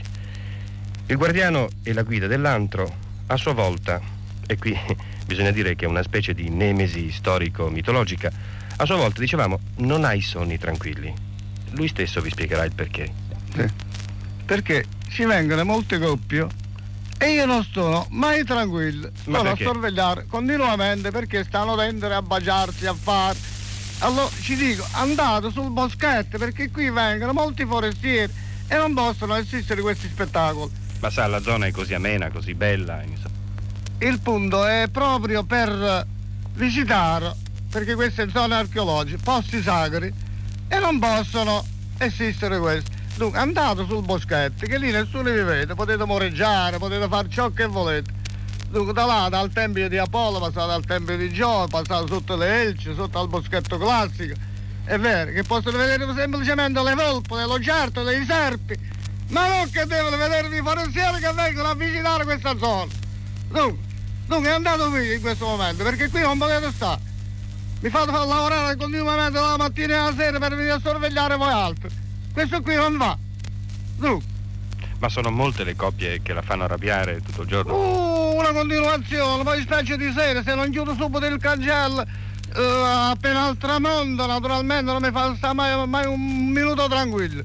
Il guardiano e la guida dell'antro, a sua volta, e qui bisogna dire che è una specie di nemesi storico-mitologica, a sua volta, dicevamo, non ha i sonni tranquilli. Lui stesso vi spiegherà il perché. Sì. Perché ci vengono molte coppie e io non sono mai tranquillo. Ma sono perché? a sorvegliare continuamente perché stanno tendere a baciarsi, a fare. Allora ci dico, andate sul boschetto perché qui vengono molti forestieri e non possono assistere a questi spettacoli. Ma sa, la zona è così amena, così bella. Insomma. Il punto è proprio per visitare, perché queste zone archeologiche, posti sacri, e non possono esistere questi. Dunque andate sul boschetto, che lì nessuno vi vede, potete moreggiare, potete fare ciò che volete. Dunque da là, dal tempio di Apollo, passate al tempio di Giove, passate sotto le Elci, sotto al boschetto classico. È vero che possono vedere semplicemente le volpi, le lucertole, i serpi, ma non che devono vedervi i forestieri che vengono a visitare questa zona. Dunque, dunque andate qui in questo momento, perché qui non potete stare. Mi fate far lavorare continuamente dalla mattina alla sera per venire a sorvegliare voi altri. Questo qui non va. Dunque. Ma sono molte le coppie che la fanno arrabbiare tutto il giorno. Uh, una continuazione, poi specie di sera, se non chiudo subito il cancello, uh, appena al tramonto, naturalmente non mi fa stare mai, mai un minuto tranquillo.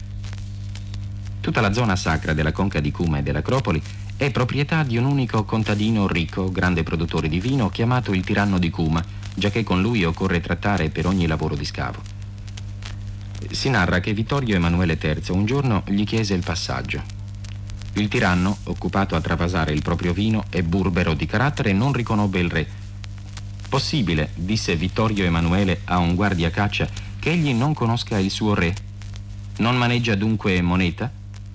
Tutta la zona sacra della conca di Cuma e dell'Acropoli è proprietà di un unico contadino ricco, grande produttore di vino, chiamato il tiranno di Cuma, giacché con lui occorre trattare per ogni lavoro di scavo. Si narra che Vittorio Emanuele terzo un giorno gli chiese il passaggio. Il tiranno, occupato a travasare il proprio vino e burbero di carattere, non riconobbe il re. Possibile, disse Vittorio Emanuele a un guardiacaccia, che egli non conosca il suo re? Non maneggia dunque moneta?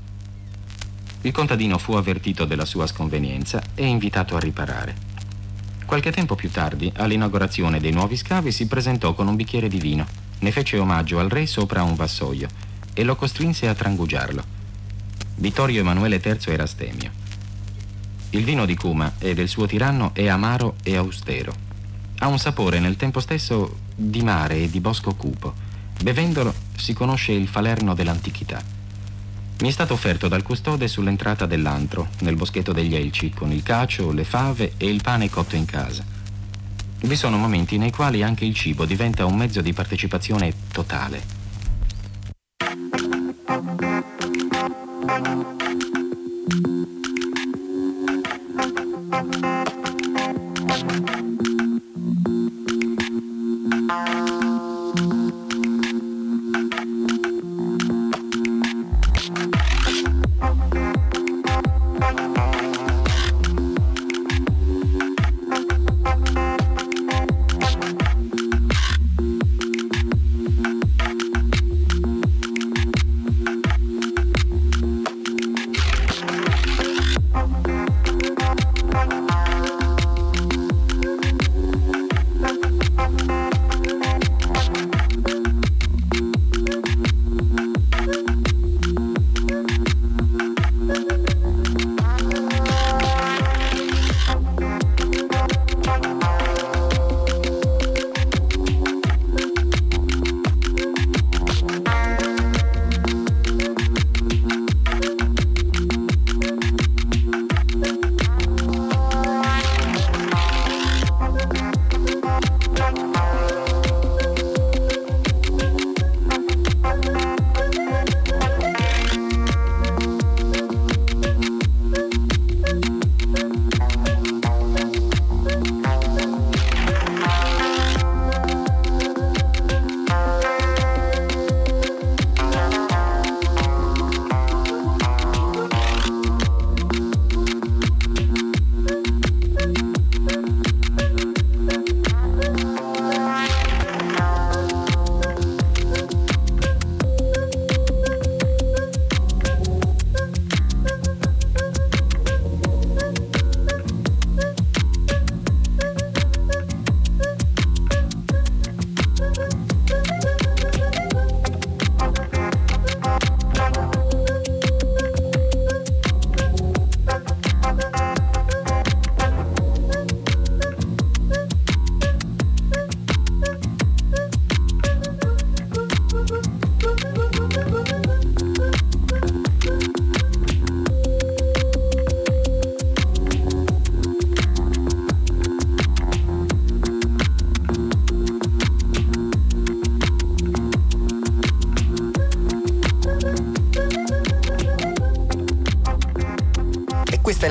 Il contadino fu avvertito della sua sconvenienza e invitato a riparare. Qualche tempo più tardi, all'inaugurazione dei nuovi scavi, si presentò con un bicchiere di vino. Ne fece omaggio al re sopra un vassoio e lo costrinse a trangugiarlo. Vittorio Emanuele terzo era astemio. Il vino di Cuma e del suo tiranno è amaro e austero. Ha un sapore nel tempo stesso di mare e di bosco cupo. Bevendolo si conosce il falerno dell'antichità. Mi è stato offerto dal custode sull'entrata dell'antro, nel boschetto degli Elci, con il cacio, le fave e il pane cotto in casa. Vi sono momenti nei quali anche il cibo diventa un mezzo di partecipazione totale.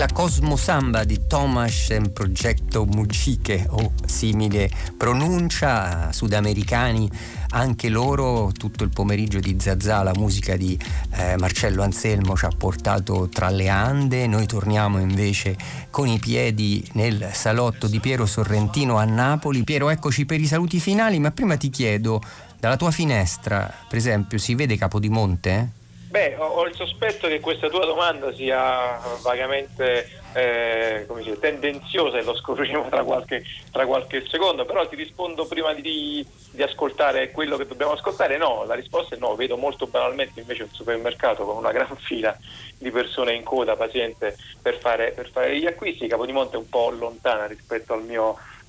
la Cosmo Samba di Tomasz and Progetto Mujique, o simile pronuncia, sudamericani anche loro. Tutto il pomeriggio di Zazà la musica di eh, Marcello Anselmo ci ha portato tra le Ande. Noi torniamo invece con i piedi nel salotto di Piero Sorrentino a Napoli. Piero, eccoci per i saluti finali, ma prima ti chiedo, dalla tua finestra per esempio si vede Capodimonte? Beh, ho, ho il sospetto che questa tua domanda sia vagamente eh, come dice, tendenziosa, e lo scopriremo tra qualche, tra qualche secondo, però ti rispondo prima di, di ascoltare quello che dobbiamo ascoltare. No, la risposta è no. Vedo molto banalmente invece un supermercato con una gran fila di persone in coda paziente per fare, per fare gli acquisti. Capodimonte è un po' lontana rispetto al mio Uh,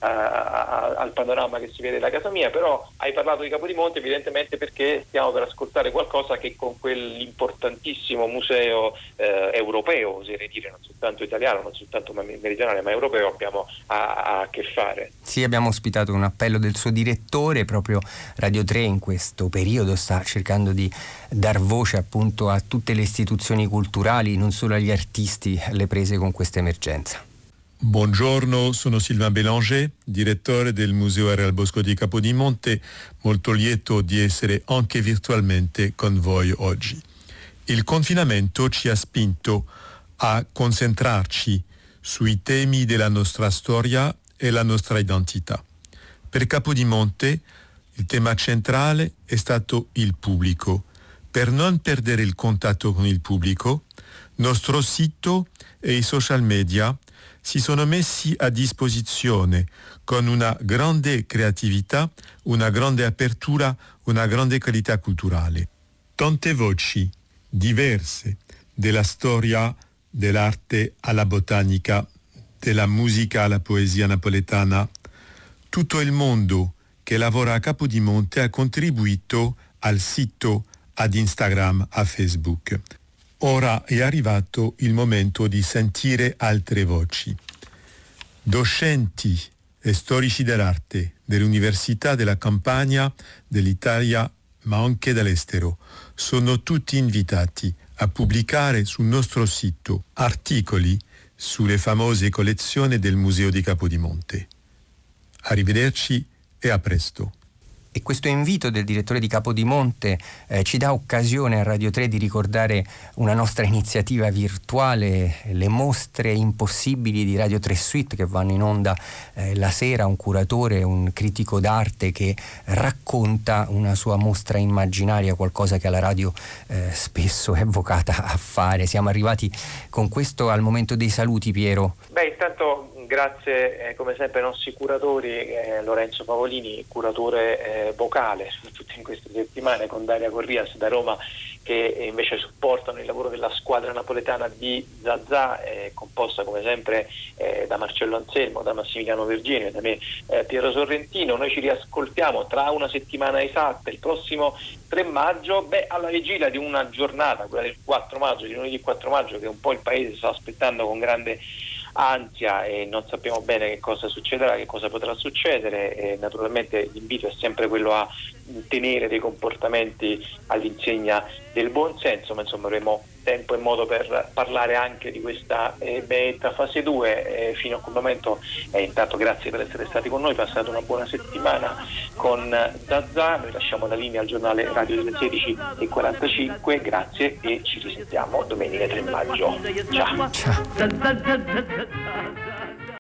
al panorama che si vede da casa mia, però hai parlato di Capodimonte evidentemente perché stiamo per ascoltare qualcosa che con quell'importantissimo museo eh, europeo, oserei dire, non soltanto italiano, non soltanto meridionale, ma europeo, abbiamo a, a che fare. Sì, abbiamo ospitato un appello del suo direttore. Proprio Radio tre in questo periodo sta cercando di dar voce appunto a tutte le istituzioni culturali, non solo agli artisti alle prese con questa emergenza. Buongiorno, sono Sylvain Bélanger, direttore del Museo Real Bosco di Capodimonte, molto lieto di essere anche virtualmente con voi oggi. Il confinamento ci ha spinto a concentrarci sui temi della nostra storia e la nostra identità. Per Capodimonte il tema centrale è stato il pubblico. Per non perdere il contatto con il pubblico, nostro sito e i social media si sono messi a disposizione con una grande creatività, una grande apertura, una grande qualità culturale. Tante voci diverse, della storia, dell'arte alla botanica, della musica alla poesia napoletana. Tutto il mondo che lavora a Capodimonte ha contribuito al sito, ad Instagram, a Facebook. Ora è arrivato il momento di sentire altre voci. Docenti e storici dell'arte dell'Università della Campania, dell'Italia, ma anche dall'estero, sono tutti invitati a pubblicare sul nostro sito articoli sulle famose collezioni del Museo di Capodimonte. Arrivederci e a presto. E questo invito del direttore di Capodimonte eh, ci dà occasione a Radio tre di ricordare una nostra iniziativa virtuale, le mostre impossibili di Radio tre Suite, che vanno in onda eh, la sera. Un curatore, un critico d'arte che racconta una sua mostra immaginaria, qualcosa che alla radio eh, spesso è vocata a fare. Siamo arrivati con questo al momento dei saluti, Piero. Beh, intanto grazie eh, come sempre ai nostri curatori, eh, Lorenzo Pavolini, curatore eh, vocale, soprattutto in queste settimane, con Daria Corrias da Roma, che invece supportano il lavoro della squadra napoletana di Zazà, eh, composta come sempre eh, da Marcello Anselmo, da Massimiliano Virginio e da me eh, Piero Sorrentino. Noi ci riascoltiamo tra una settimana esatta, il prossimo tre maggio, beh, alla vigilia di una giornata, quella del quattro maggio, di lunedì quattro maggio, che un po' il paese sta aspettando con grande ansia e non sappiamo bene che cosa succederà, che cosa potrà succedere. E naturalmente l'invito è sempre quello a tenere dei comportamenti all'insegna del buon senso, ma insomma avremo tempo e modo per parlare anche di questa eh, benedetta fase due. Eh, fino a quel momento eh, intanto grazie per essere stati con noi, passate una buona settimana con Zazà. Noi lasciamo la linea al giornale radio delle sedici e quarantacinque, grazie e ci risentiamo domenica tre maggio. Ciao. Ciao.